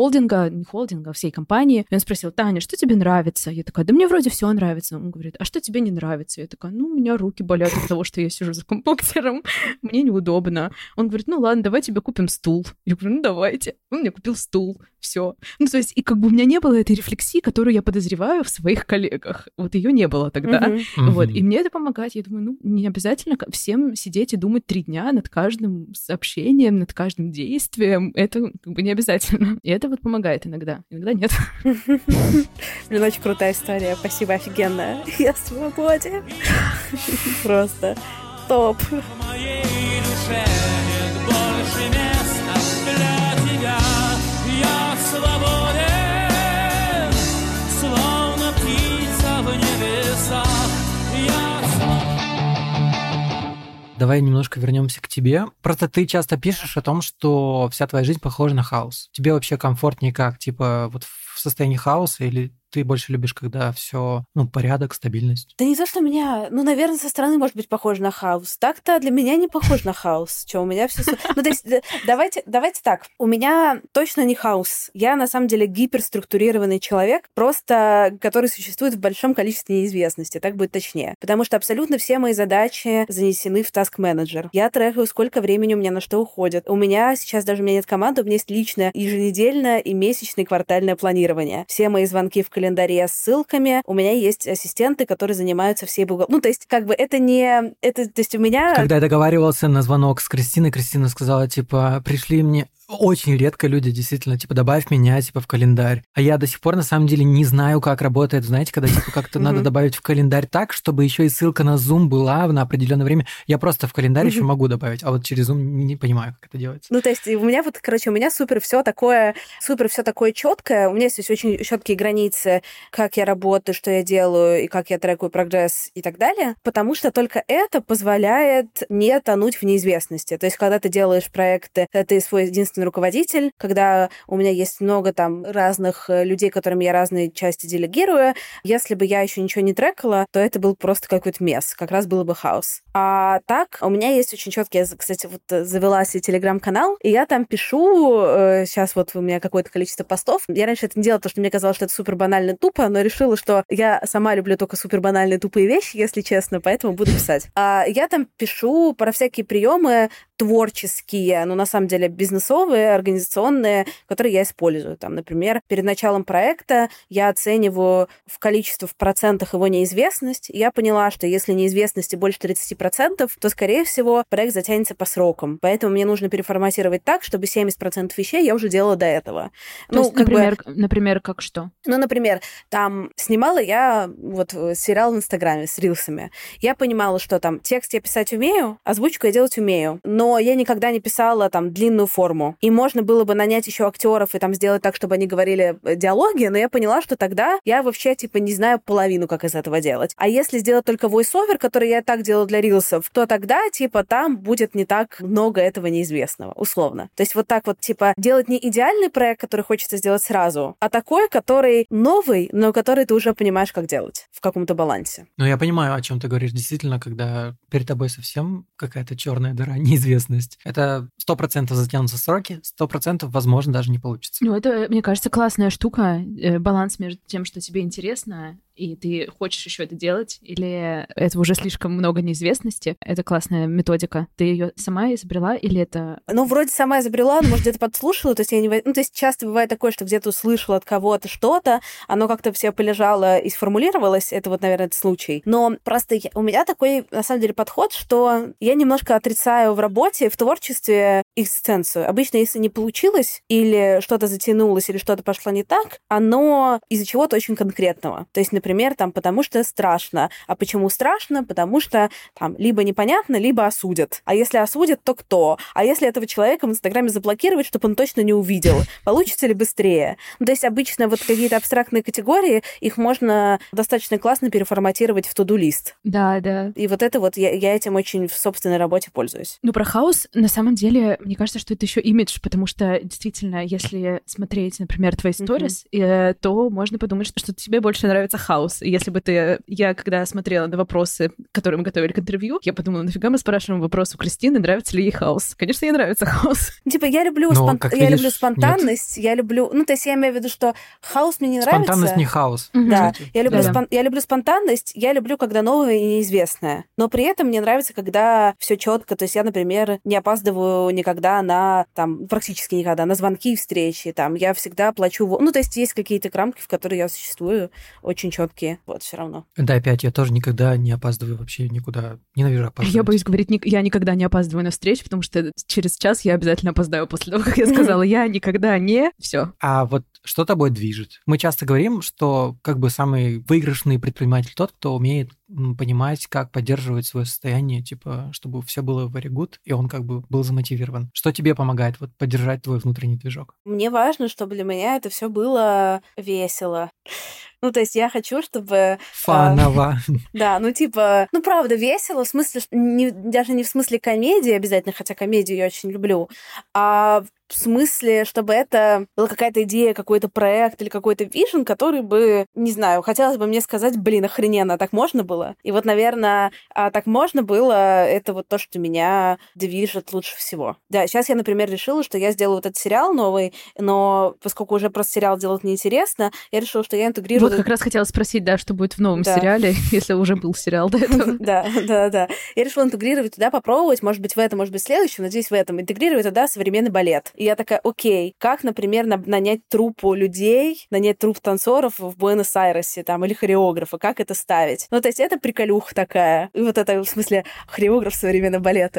всей компании, и он спросил, Таня, что тебе нравится? Я такая, да мне вроде все нравится. Он говорит, а что тебе не нравится? Я такая, у меня руки болят от того, что я сижу за компьютером, мне неудобно. Он говорит, ладно, давай тебе купим стул. Я говорю, давайте. Он мне купил стул, все. То есть, и как бы у меня не было этой рефлексии, которую я подозреваю в своих коллегах. Вот ее не было тогда. Вот, и мне это помогает. Я думаю, не обязательно всем сидеть и думать 3 дня над каждым сообщением, над каждым действием. Это как бы не обязательно. И это вот помогает иногда нет. Блин, очень крутая история. Спасибо, офигенная. Я свободен. Просто топ. В моей душе нет больше места для тебя. Я свободен, словно птица в небесах. Давай немножко вернемся к тебе. Просто ты часто пишешь о том, что вся твоя жизнь похожа на хаос. Тебе вообще комфортнее как? Типа вот в состоянии хаоса или ты больше любишь, когда все, порядок, стабильность? Да не то, что у меня, наверное, со стороны может быть похоже на хаос. Так-то для меня не похож на хаос. У меня все... Ну, то есть, давайте так. У меня точно не хаос. Я, на самом деле, гиперструктурированный человек, просто который существует в большом количестве неизвестности, так будет точнее. Потому что абсолютно все мои задачи занесены в Task Manager. Я трекаю, сколько времени у меня на что уходит. У меня сейчас даже у меня нет команды, у меня есть личное еженедельное и месячное и квартальное планирование. Все мои звонки в календаре с ссылками. У меня есть ассистенты, которые занимаются всей бухгалтерией. То есть, это не... То есть у меня... Когда я договаривался на звонок с Кристиной, Кристина сказала, пришли мне... Очень редко люди действительно, добавь меня, в календарь. А я до сих пор, на самом деле, не знаю, как работает, знаете, когда, как-то надо добавить в календарь так, чтобы еще и ссылка на Zoom была на определенное время. Я просто в календарь еще могу добавить, а вот через Zoom не понимаю, как это делается. То есть у меня у меня супер все такое четкое. У меня есть очень четкие границы, как я работаю, что я делаю, и как я трекаю прогресс и так далее, потому что только это позволяет не тонуть в неизвестности. То есть, когда ты делаешь проекты, ты свой единственный руководитель, когда у меня есть много разных людей, которым я разные части делегирую. Если бы я еще ничего не трекала, то это был просто какой-то месс. Как раз было бы хаос. А так, у меня есть очень четкий, я, кстати, завела себе телеграм-канал, и я там пишу, сейчас у меня какое-то количество постов. Я раньше это не делала, потому что мне казалось, что это супер банально и тупо, но решила, что я сама люблю только супер банальные тупые вещи, если честно, поэтому буду писать. Я там пишу про всякие приемы творческие, на самом деле бизнесовые, организационные, которые я использую. Например, перед началом проекта я оцениваю в количестве, в процентах его неизвестность. Я поняла, что если неизвестности больше 30%, то, скорее всего, проект затянется по срокам. Поэтому мне нужно переформатировать так, чтобы 70% вещей я уже делала до этого. То есть, например, как что? Например, там снимала я сериал в Инстаграме с рилсами. Я понимала, что текст я писать умею, озвучку я делать умею, но я никогда не писала длинную форму. И можно было бы нанять еще актеров и сделать так, чтобы они говорили диалоги, но я поняла, что тогда я вообще не знаю половину, как из этого делать. А если сделать только voice-over, который я так делала для рилсов, то тогда там будет не так много этого неизвестного, условно. То есть делать не идеальный проект, который хочется сделать сразу, а такой, который новый, но который ты уже понимаешь, как делать в каком-то балансе. Я понимаю, о чем ты говоришь. Действительно, когда перед тобой совсем какая-то черная дыра, неизвестность, это 100% затянутся сроки, 100% возможно даже не получится. Это, мне кажется, классная штука, баланс между тем, что тебе интересно, и ты хочешь еще это делать, или это уже слишком много неизвестности. Это классная методика. Ты ее сама изобрела, или это... Вроде сама изобрела, но, может, где-то подслушала. То есть часто бывает такое, что где-то услышала от кого-то что-то, оно как-то все полежало и сформулировалось. Это наверное, этот случай. Но просто у меня такой, на самом деле, подход, что я немножко отрицаю в работе, в творчестве экзистенцию. Обычно, если не получилось, или что-то затянулось, или что-то пошло не так, оно из-за чего-то очень конкретного. То есть, например, потому что страшно. А почему страшно? Потому что либо непонятно, либо осудят. А если осудят, то кто? А если этого человека в Инстаграме заблокировать, чтобы он точно не увидел? Получится ли быстрее? То есть обычно какие-то абстрактные категории, их можно достаточно классно переформатировать в to-do-лист. Да. И это я этим очень в собственной работе пользуюсь. Про хаос, на самом деле, мне кажется, что это еще имидж, потому что действительно, если смотреть, например, твои сторис, то можно подумать, что тебе больше нравится хаос. И если бы я когда смотрела на вопросы, которые мы готовили к интервью, я подумала, нафига мы спрашиваем вопрос у Кристины, нравится ли ей хаос? Конечно, ей нравится хаос. Я люблю люблю спонтанность, я люблю... то есть я имею в виду, что хаос мне не нравится. Спонтанность не хаос. Да, я люблю спонтанность, я люблю, когда новое и неизвестное. Но при этом мне нравится, когда все четко. То есть я, например, не опаздываю никогда практически никогда на звонки и встречи. Я всегда плачу... то есть какие-то рамки, в которые я существую, очень четкие. Все равно. Да, опять, я тоже никогда не опаздываю вообще никуда. Ненавижу опаздывать. Я боюсь говорить, я никогда не опаздываю на встречу, потому что через час я обязательно опоздаю после того, как я сказала, я никогда не... Все. А что тобой движет? Мы часто говорим, что самый выигрышный предприниматель тот, кто умеет понимать, как поддерживать свое состояние, чтобы все было very good, и он был замотивирован. Что тебе помогает поддержать твой внутренний движок? Мне важно, чтобы для меня это все было весело. То есть я хочу, чтобы... Фаново. Да, правда, весело, в смысле, даже не в смысле комедии обязательно, хотя комедию я очень люблю, а в смысле, чтобы это была какая-то идея, какой-то проект или какой-то вижн, который бы, не знаю, хотелось бы мне сказать, блин, охрененно, так можно было? И вот, наверное, так можно было, это вот то, что меня движет лучше всего. Да, сейчас я, например, решила, что я сделаю вот этот сериал новый, но поскольку уже просто сериал делать неинтересно, я решила, что я интегрирую... Вот как раз хотела спросить, да, что будет в новом сериале, если уже был сериал до этого. Да. Я решила интегрировать туда, попробовать, может быть, в этом, может быть, в следующем, надеюсь, в этом, интегрировать туда современный балет. И я такая, окей, как, например, нанять труппу людей, нанять труппу танцоров в Буэнос-Айресе там, или хореографа, как это ставить? Ну, то есть это приколюха такая. И вот это, в смысле, хореограф современного балета.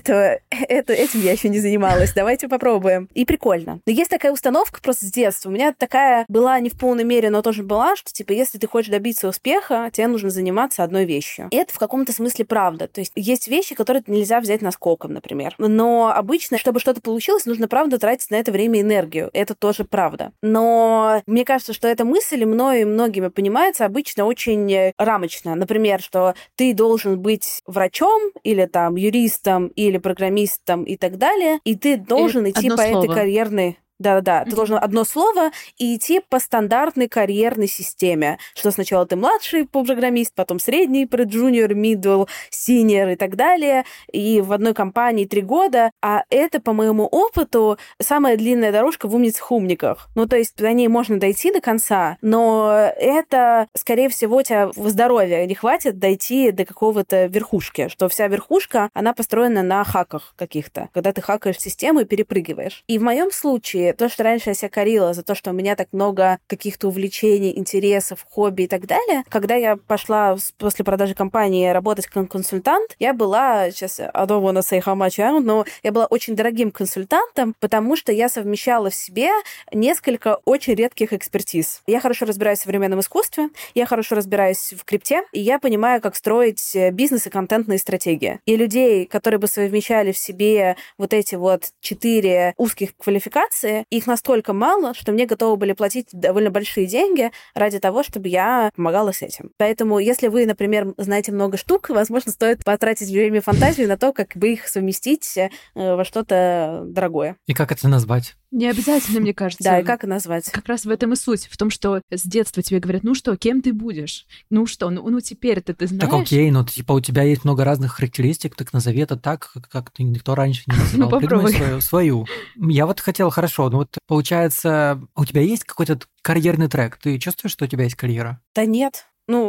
Этим я еще не занималась. Давайте попробуем. И прикольно. Но есть такая установка просто с детства. У меня такая была не в полной мере, но тоже была, что, типа, если ты хочешь добиться успеха, тебе нужно заниматься одной вещью. И это в каком-то смысле правда. То есть есть вещи, которые нельзя взять наскоком, например. Но обычно, чтобы что-то получилось, нужно, правда, тратить на это время и энергию. Это тоже правда. Но мне кажется, что эта мысль мной и многими понимается обычно очень рамочно. Например, что ты должен быть врачом или там юристом или программистом и так далее, и ты должен идти по этой карьерной... Да, ты должен одно слово и идти по стандартной карьерной системе, что сначала ты младший программист, потом средний, джуниор, middle, senior и так далее, и в одной компании 3 года, а это, по моему опыту, самая длинная дорожка в умницах-умниках. Ну, то есть до ней можно дойти до конца, но это, скорее всего, у тебя в здоровье не хватит дойти до какого-то верхушки, что вся верхушка, она построена на хаках каких-то, когда ты хакаешь систему и перепрыгиваешь. И в моем случае то, что раньше я себя корила за то, что у меня так много каких-то увлечений, интересов, хобби и так далее, когда я пошла после продажи компании работать как консультант, я была, сейчас I don't wanna say how much I am, но я была очень дорогим консультантом, потому что я совмещала в себе несколько очень редких экспертиз. Я хорошо разбираюсь в современном искусстве, я хорошо разбираюсь в крипте, и я понимаю, как строить бизнес и контентные стратегии. И людей, которые бы совмещали в себе вот эти вот 4 узких квалификации, их настолько мало, что мне готовы были платить довольно большие деньги ради того, чтобы я помогала с этим. Поэтому, если вы, например, знаете много штук, возможно, стоит потратить время и фантазию на то, как бы их совместить во что-то дорогое. И как это назвать? Не обязательно, мне кажется. Да, и как назвать? Как раз в этом и суть. В том, что с детства тебе говорят, ну что, кем ты будешь? Ну что, ну теперь-то ты знаешь. Так окей, ну типа у тебя есть много разных характеристик, так назови это так, как никто раньше не называл. Ну попробуй. Свою. Я вот хотела, хорошо, ну вот получается, у тебя есть какой-то карьерный трек? Ты чувствуешь, что у тебя есть карьера? Да нет. Ну,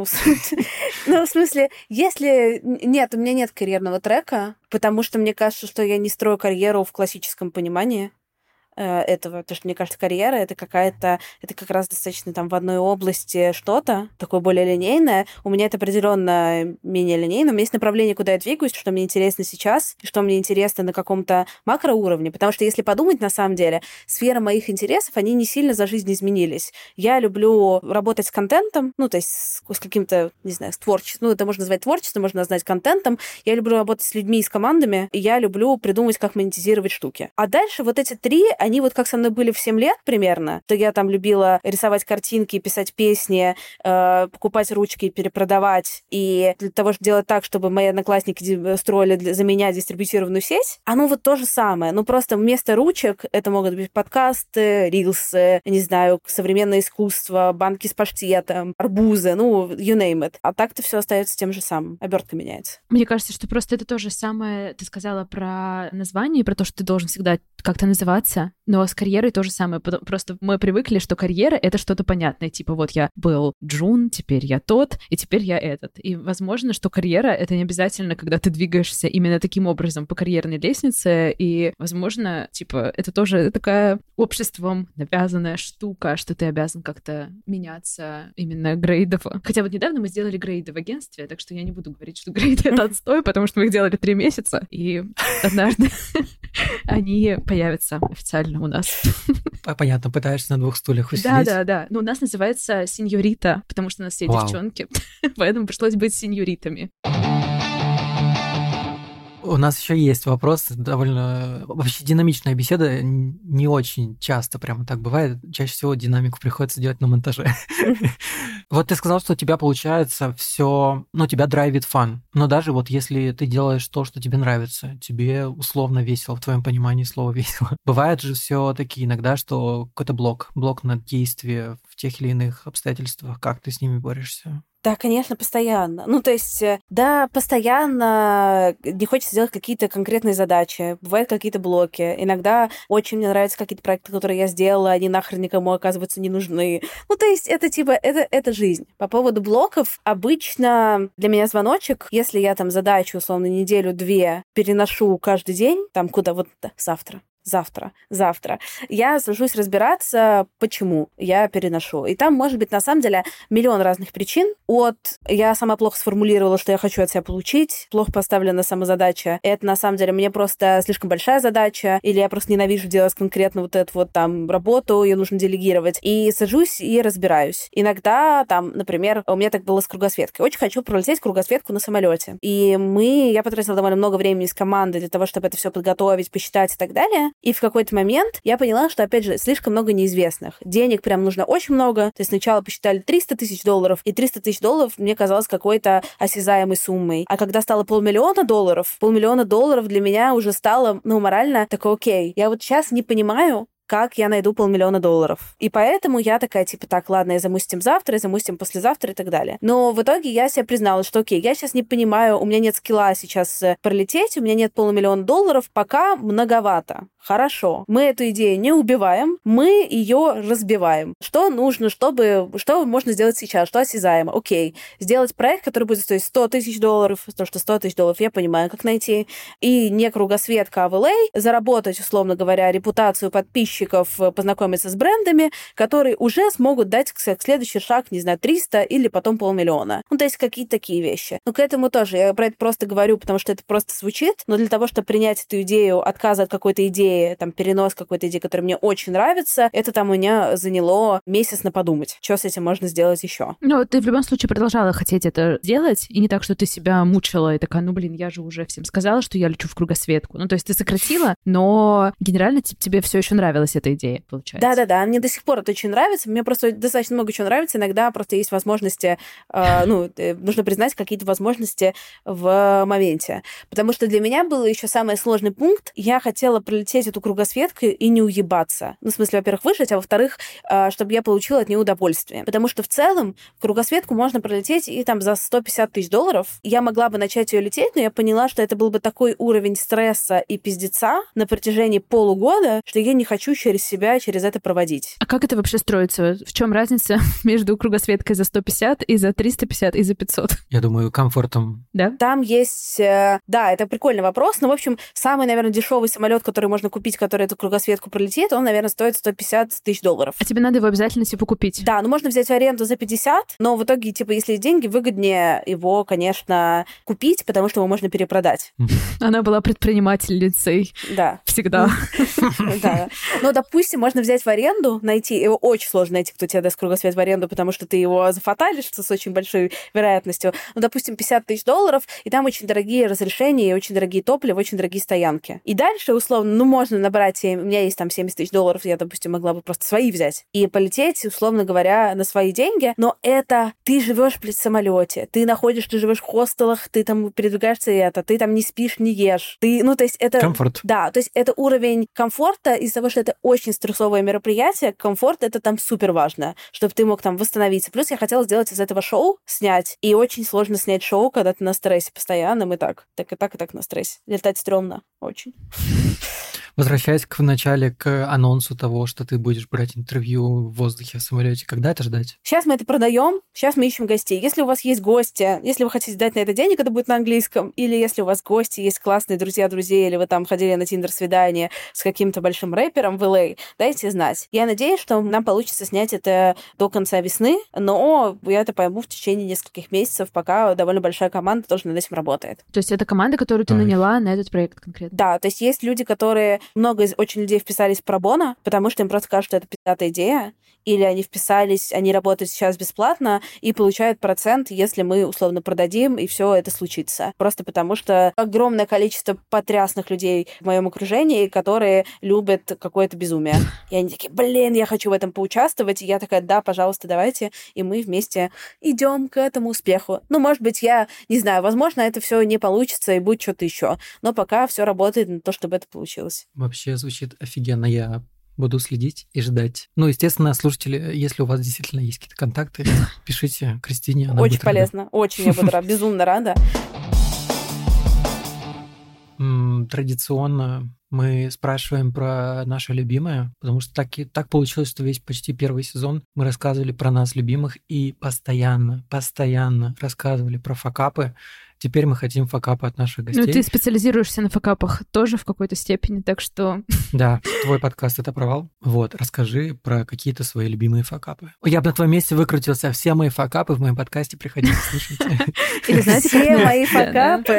в смысле, если... Нет, у меня нет карьерного трека, потому что мне кажется, что я не строю карьеру в классическом понимании этого, потому что, мне кажется, карьера это какая-то, это как раз достаточно там в одной области что-то такое более линейное. У меня это определенно менее линейно. У меня есть направление, куда я двигаюсь, что мне интересно сейчас, и что мне интересно на каком-то макроуровне. Потому что, если подумать, на самом деле, сфера моих интересов, они не сильно за жизнь изменились. Я люблю работать с контентом, ну, то есть с каким-то, не знаю, с творчеством. Ну, это можно назвать творчеством, можно назвать контентом. Я люблю работать с людьми и с командами, и я люблю придумать, как монетизировать штуки. А дальше вот эти 3, они вот как со мной были в 7 лет примерно, то я там любила рисовать картинки, писать песни, покупать ручки, перепродавать. И для того, чтобы делать так, чтобы мои одноклассники строили за меня дистрибутированную сеть, оно вот то же самое. Ну, просто вместо ручек это могут быть подкасты, рилсы, не знаю, современное искусство, банки с паштетом, арбузы, ну, you name it. А так-то все остается тем же самым. Обертка меняется. Мне кажется, что просто это то же самое, ты сказала про название, про то, что ты должен всегда как-то называться, но с карьерой то же самое. Просто мы привыкли, что карьера — это что-то понятное. Типа вот я был Джун, теперь я тот, и теперь я этот. И возможно, что карьера — это не обязательно, когда ты двигаешься именно таким образом по карьерной лестнице. И, возможно, типа это тоже такая обществом навязанная штука, что ты обязан как-то меняться именно грейдово. Хотя вот недавно мы сделали грейды в агентстве, так что я не буду говорить, что грейды — это отстой, потому что мы их делали 3 месяца, и однажды они появятся официально у нас. Понятно, пытаешься на 2 стульях усидеть. Да. Ну, у нас называется сеньорита, потому что у нас все девчонки, поэтому пришлось быть сеньоритами. У нас еще есть вопрос, довольно вообще динамичная беседа, не очень часто прямо так бывает. Чаще всего динамику приходится делать на монтаже. Вот ты сказал, что у тебя получается все, тебя драйвит фан. Но даже вот если ты делаешь то, что тебе нравится, тебе условно весело, в твоем понимании слова весело. Бывает же все-таки иногда, что какой-то блок на действие в тех или иных обстоятельствах, как ты с ними борешься? Да, конечно, постоянно. То есть, да, постоянно не хочется делать какие-то конкретные задачи. Бывают какие-то блоки. Иногда очень мне нравятся какие-то проекты, которые я сделала, они нахрен никому, оказывается, не нужны. То есть, это это жизнь. По поводу блоков, обычно для меня звоночек, если я там задачу, условно, неделю-две переношу каждый день, там куда завтра, я сажусь разбираться, почему я переношу. И там может быть, на самом деле, миллион разных причин. От я сама плохо сформулировала, что я хочу от себя получить, плохо поставлена самозадача. Это, на самом деле, мне просто слишком большая задача, или я просто ненавижу делать конкретно вот эту вот там работу, ее нужно делегировать. И сажусь и разбираюсь. Иногда там, например, у меня так было с кругосветкой. Очень хочу пролететь кругосветку на самолете. И я потратила довольно много времени с командой для того, чтобы это все подготовить, посчитать и так далее. И в какой-то момент я поняла, что, опять же, слишком много неизвестных. Денег прям нужно очень много. То есть сначала посчитали $300 тысяч, и $300 тысяч мне казалось какой-то осязаемой суммой. А когда стало $500 000 для меня уже стало, морально такой, окей, я вот сейчас не понимаю, как я найду $500 000. И поэтому я такая, типа, так, ладно, я займусь этим завтра, я займусь этим послезавтра и так далее. Но в итоге я себе призналась, что, окей, я сейчас не понимаю, у меня нет скилла сейчас пролететь, у меня нет $500 000, пока многовато. Хорошо. Мы эту идею не убиваем, мы ее разбиваем. Что нужно, что можно сделать сейчас, что осязаемо? Окей, сделать проект, который будет стоить $100 тысяч, то, что $100 тысяч, я понимаю, как найти. И не кругосветка, а в LA, заработать, условно говоря, репутацию подписчиков, познакомиться с брендами, которые уже смогут дать следующий шаг, не знаю, 300 или потом $500 000. То есть какие-то такие вещи. К этому тоже. Я про это просто говорю, потому что это просто звучит, но для того, чтобы принять эту идею отказа от какой-то идеи, там, перенос какой-то идеи, которая мне очень нравится, это там у меня заняло месяц на подумать, что с этим можно сделать еще. Ты в любом случае продолжала хотеть это сделать, и не так, что ты себя мучила и такая, я же уже всем сказала, что я лечу в кругосветку. То есть ты сократила, но генерально тебе все еще нравилась эта идея, получается. Да, мне до сих пор это очень нравится, мне просто достаточно много чего нравится, иногда просто есть возможности, нужно признать какие-то возможности в моменте. Потому что для меня был еще самый сложный пункт, я хотела пролететь эту кругосветку и не уебаться. В смысле, во-первых, выжить, а во-вторых, чтобы я получила от нее удовольствие. Потому что в целом кругосветку можно пролететь и там за $150 тысяч. Я могла бы начать ее лететь, но я поняла, что это был бы такой уровень стресса и пиздеца на протяжении полугода, что я не хочу через себя через это проводить. А как это вообще строится? В чем разница между кругосветкой за 150 и за 350 и за 500? Я думаю, комфортом. Да? Там есть... Да, это прикольный вопрос, но, в общем, самый, наверное, дешевый самолет, который можно купить, который эту кругосветку пролетит, он, наверное, стоит $150 тысяч. А тебе надо его обязательно, купить? Да, можно взять в аренду за 50, но в итоге, если есть деньги, выгоднее его, конечно, купить, потому что его можно перепродать. Она была предпринимательницей. Да. Всегда. Да. Но, допустим, можно взять в аренду, найти, его очень сложно найти, кто тебе даст кругосвет в аренду, потому что ты его зафаталишь с очень большой вероятностью. Допустим, $50 тысяч, и там очень дорогие разрешения, очень дорогие топлива, очень дорогие стоянки. И дальше, условно, можно набрать, у меня есть там $70 тысяч, я, допустим, могла бы просто свои взять и полететь, условно говоря, на свои деньги, но это ты живешь в самолете, ты живешь в хостелах, ты там передвигаешься ты там не спишь, не ешь. То есть это... Комфорт. Да, то есть это уровень комфорта, из-за того, что это очень стрессовое мероприятие, комфорт — это там супер важно, чтобы ты мог там восстановиться. Плюс я хотела сделать из этого шоу, снять, и очень сложно снять шоу, когда ты на стрессе постоянном, и так на стрессе. Летать стрёмно очень. Возвращаясь в начале к анонсу того, что ты будешь брать интервью в воздухе в самолете, когда это ждать? Сейчас мы это продаем, сейчас мы ищем гостей. Если у вас есть гости, если вы хотите дать на это денег, это будет на английском, или если у вас гости, есть классные друзья друзей, или вы там ходили на Тиндер-свидание с каким-то большим рэпером в LA, дайте знать. Я надеюсь, что нам получится снять это до конца весны, но я это пойму в течение нескольких месяцев, пока довольно большая команда тоже над этим работает. То есть это команда, которую ты наняла на этот проект конкретно? Да, то есть есть люди, которые много очень людей вписались в пробоно, потому что им просто кажется, что это пиздатая идея, или они вписались, они работают сейчас бесплатно и получают процент, если мы условно продадим, и все это случится. Просто потому что огромное количество потрясных людей в моем окружении, которые любят какое-то безумие. И они такие, блин, я хочу в этом поучаствовать. И я такая, да, пожалуйста, давайте. И мы вместе идем к этому успеху. Ну, может быть, я не знаю, возможно, это все не получится и будет что-то еще. Но пока все работает на то, чтобы это получилось. Вообще звучит офигенно. Я буду следить и ждать. Ну, естественно, слушатели, если у вас действительно есть какие-то контакты, пишите Кристине. Очень полезно. Очень я буду безумно рада. Традиционно мы спрашиваем про наше любимое, потому что так получилось, что весь почти первый сезон мы рассказывали про нас любимых и постоянно рассказывали про факапы. Теперь мы хотим факапы от наших гостей. Ну, ты специализируешься на факапах тоже в какой-то степени, так что... Да, твой подкаст — это провал. Вот, расскажи про какие-то свои любимые факапы. Я бы на твоем месте выкрутился. Все мои факапы в моем подкасте, приходите, слушайте. Или знаете, все мои факапы.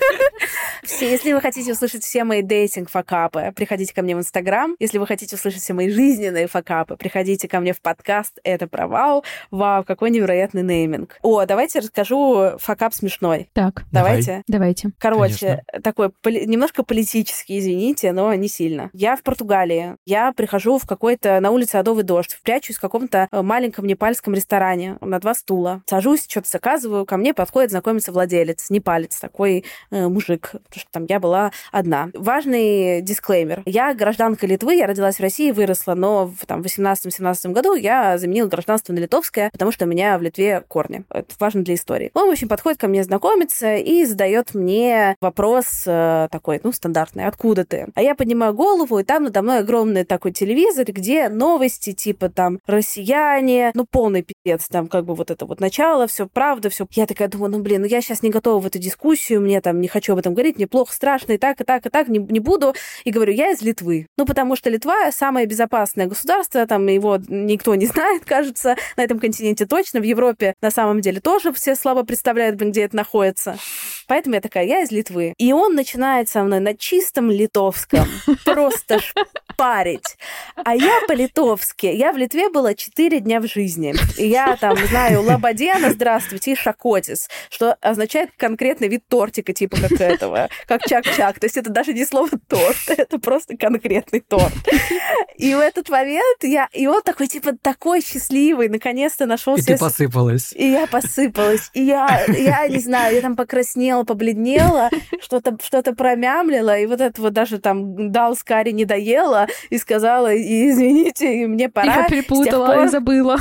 Если вы хотите услышать все мои дейтинг-факапы, приходите ко мне в Инстаграм. Если вы хотите услышать все мои жизненные факапы, приходите ко мне в подкаст «Это провал». Вау, какой невероятный нейминг. Давайте расскажу факап смешной. Так. Давайте? Давайте. Короче, такой немножко политический, извините, но не сильно. Я в Португалии. Я прихожу в какой-то на улице Адовый дождь, прячусь в каком-то маленьком непальском ресторане на 2 стула. Сажусь, что-то заказываю, ко мне подходит знакомиться владелец, непалец, такой мужик, потому что там я была одна. Важный дисклеймер. Я гражданка Литвы, я родилась в России, выросла, но в 18-17 году я заменила гражданство на литовское, потому что у меня в Литве корни. Это важно для истории. Он, в общем, подходит ко мне знакомиться и задает мне вопрос такой, стандартный. Откуда ты? А я поднимаю голову, и там надо мной огромный такой телевизор, где новости, типа там россияне, полный пиздец, там как бы вот это вот начало, все правда, все. Я такая думаю, я сейчас не готова в эту дискуссию, мне там не хочу об этом говорить, мне плохо, страшно, и так, не буду. И говорю, я из Литвы. Потому что Литва самое безопасное государство, там его никто не знает, кажется, на этом континенте точно, в Европе на самом деле тоже все слабо представляют, где это находится. Поэтому я такая, я из Литвы. И он начинает со мной на чистом литовском просто шпарить. А я по-литовски. Я в Литве была 4 дня в жизни. И я там знаю лабадена, здравствуйте, и шакотис, что означает конкретный вид тортика, типа как этого, как чак-чак. То есть это даже не слово торт, это просто конкретный торт. И в этот момент и он такой, такой счастливый, наконец-то нашел. И ты посыпалась. И я посыпалась. И я не знаю, я там покраснела, побледнела, что-то промямлила, и вот это вот даже там дал с карри не доела и сказала, извините, и мне пора. Я перепутала и забыла.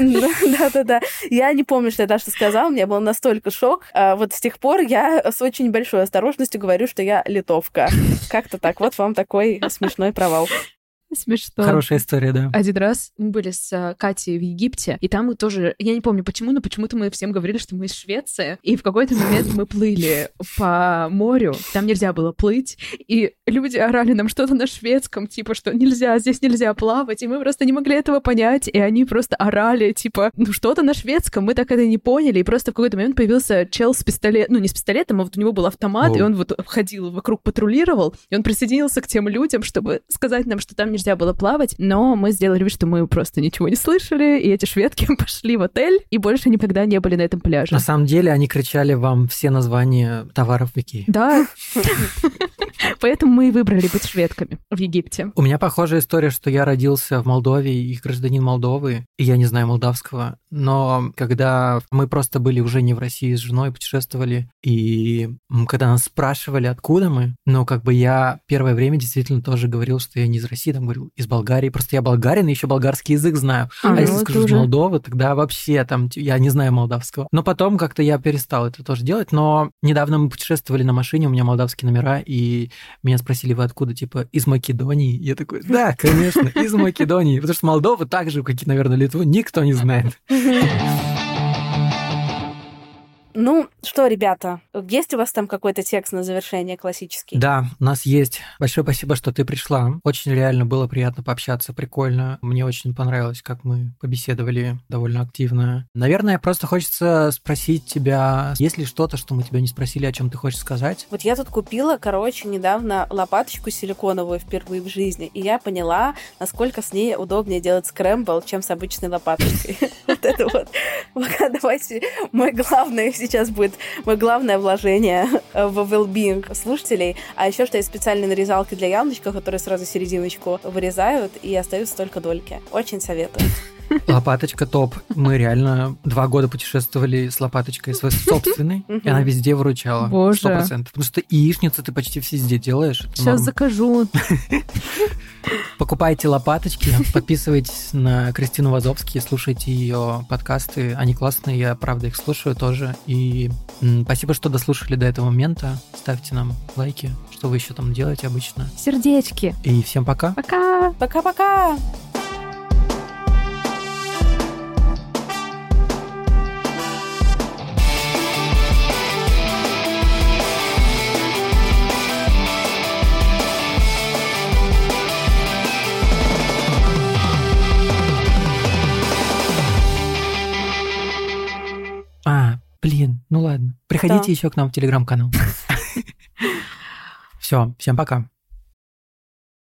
Да. Я не помню, что я даже сказала, у меня был настолько шок. Вот с тех пор я с очень большой осторожностью говорю, что я литовка. Как-то так. Вот вам такой смешной провал. Смешно. Хорошая история, да. Один раз мы были с Катей в Египте, и там мы тоже, я не помню почему, но почему-то мы всем говорили, что мы из Швеции, и в какой-то момент мы плыли по морю, там нельзя было плыть, и люди орали нам что-то на шведском, типа, что нельзя, здесь нельзя плавать, и мы просто не могли этого понять, и они просто орали, типа, что-то на шведском, мы так это не поняли, и просто в какой-то момент появился чел с пистолетом, не с пистолетом, а вот у него был автомат, и он вот ходил вокруг, патрулировал, и он присоединился к тем людям, чтобы сказать нам, что там нельзя было плавать, но мы сделали вид, что мы просто ничего не слышали, и эти шведки пошли в отель и больше никогда не были на этом пляже. На самом деле они кричали вам все названия товаров в Икее. Да. Поэтому мы и выбрали быть шведками в Египте. У меня похожая история, что я родился в Молдове и гражданин Молдовы, и я не знаю молдавского, но когда мы просто были уже не в России с женой, путешествовали, и когда нас спрашивали, откуда мы, я первое время действительно тоже говорил, что я не из России, там говорил, из Болгарии, просто я болгарин, и еще болгарский язык знаю. А если скажу из Молдовы, тогда вообще там я не знаю молдавского. Но потом как-то я перестал это тоже делать, но недавно мы путешествовали на машине, у меня молдавские номера, и меня спросили, вы откуда, типа, из Македонии? Я такой, да, конечно, из Македонии, потому что Молдова так же, как и, наверное, Литву, никто не знает. Ну, что, ребята, есть у вас там какой-то текст на завершение классический? Да, у нас есть. Большое спасибо, что ты пришла. Очень реально было приятно пообщаться, прикольно. Мне очень понравилось, как мы побеседовали довольно активно. Наверное, просто хочется спросить тебя, есть ли что-то, что мы тебя не спросили, о чем ты хочешь сказать? Вот я тут купила, недавно лопаточку силиконовую впервые в жизни, и я поняла, насколько с ней удобнее делать скрэмбл, чем с обычной лопаточкой. Вот это вот. Пока давайте, мое главное вложение в well-being слушателей. А еще что есть специальные нарезалки для яблочка, которые сразу серединочку вырезают, и остаются только дольки. Очень советую. Лопаточка топ. Мы реально 2 года путешествовали с лопаточкой своей собственной, и она везде выручала. Боже. 100%. Потому что яичницу ты почти везде делаешь. Это Сейчас норм. закажу. Покупайте лопаточки, подписывайтесь на Кристину Вазовски, слушайте ее подкасты. Они классные, я правда их слушаю тоже. И спасибо, что дослушали до этого момента. Ставьте нам лайки, что вы еще там делаете обычно. Сердечки. И всем пока. Пока. Пока-пока! Ну ладно. Приходите еще к нам в телеграм-канал. Все, всем пока.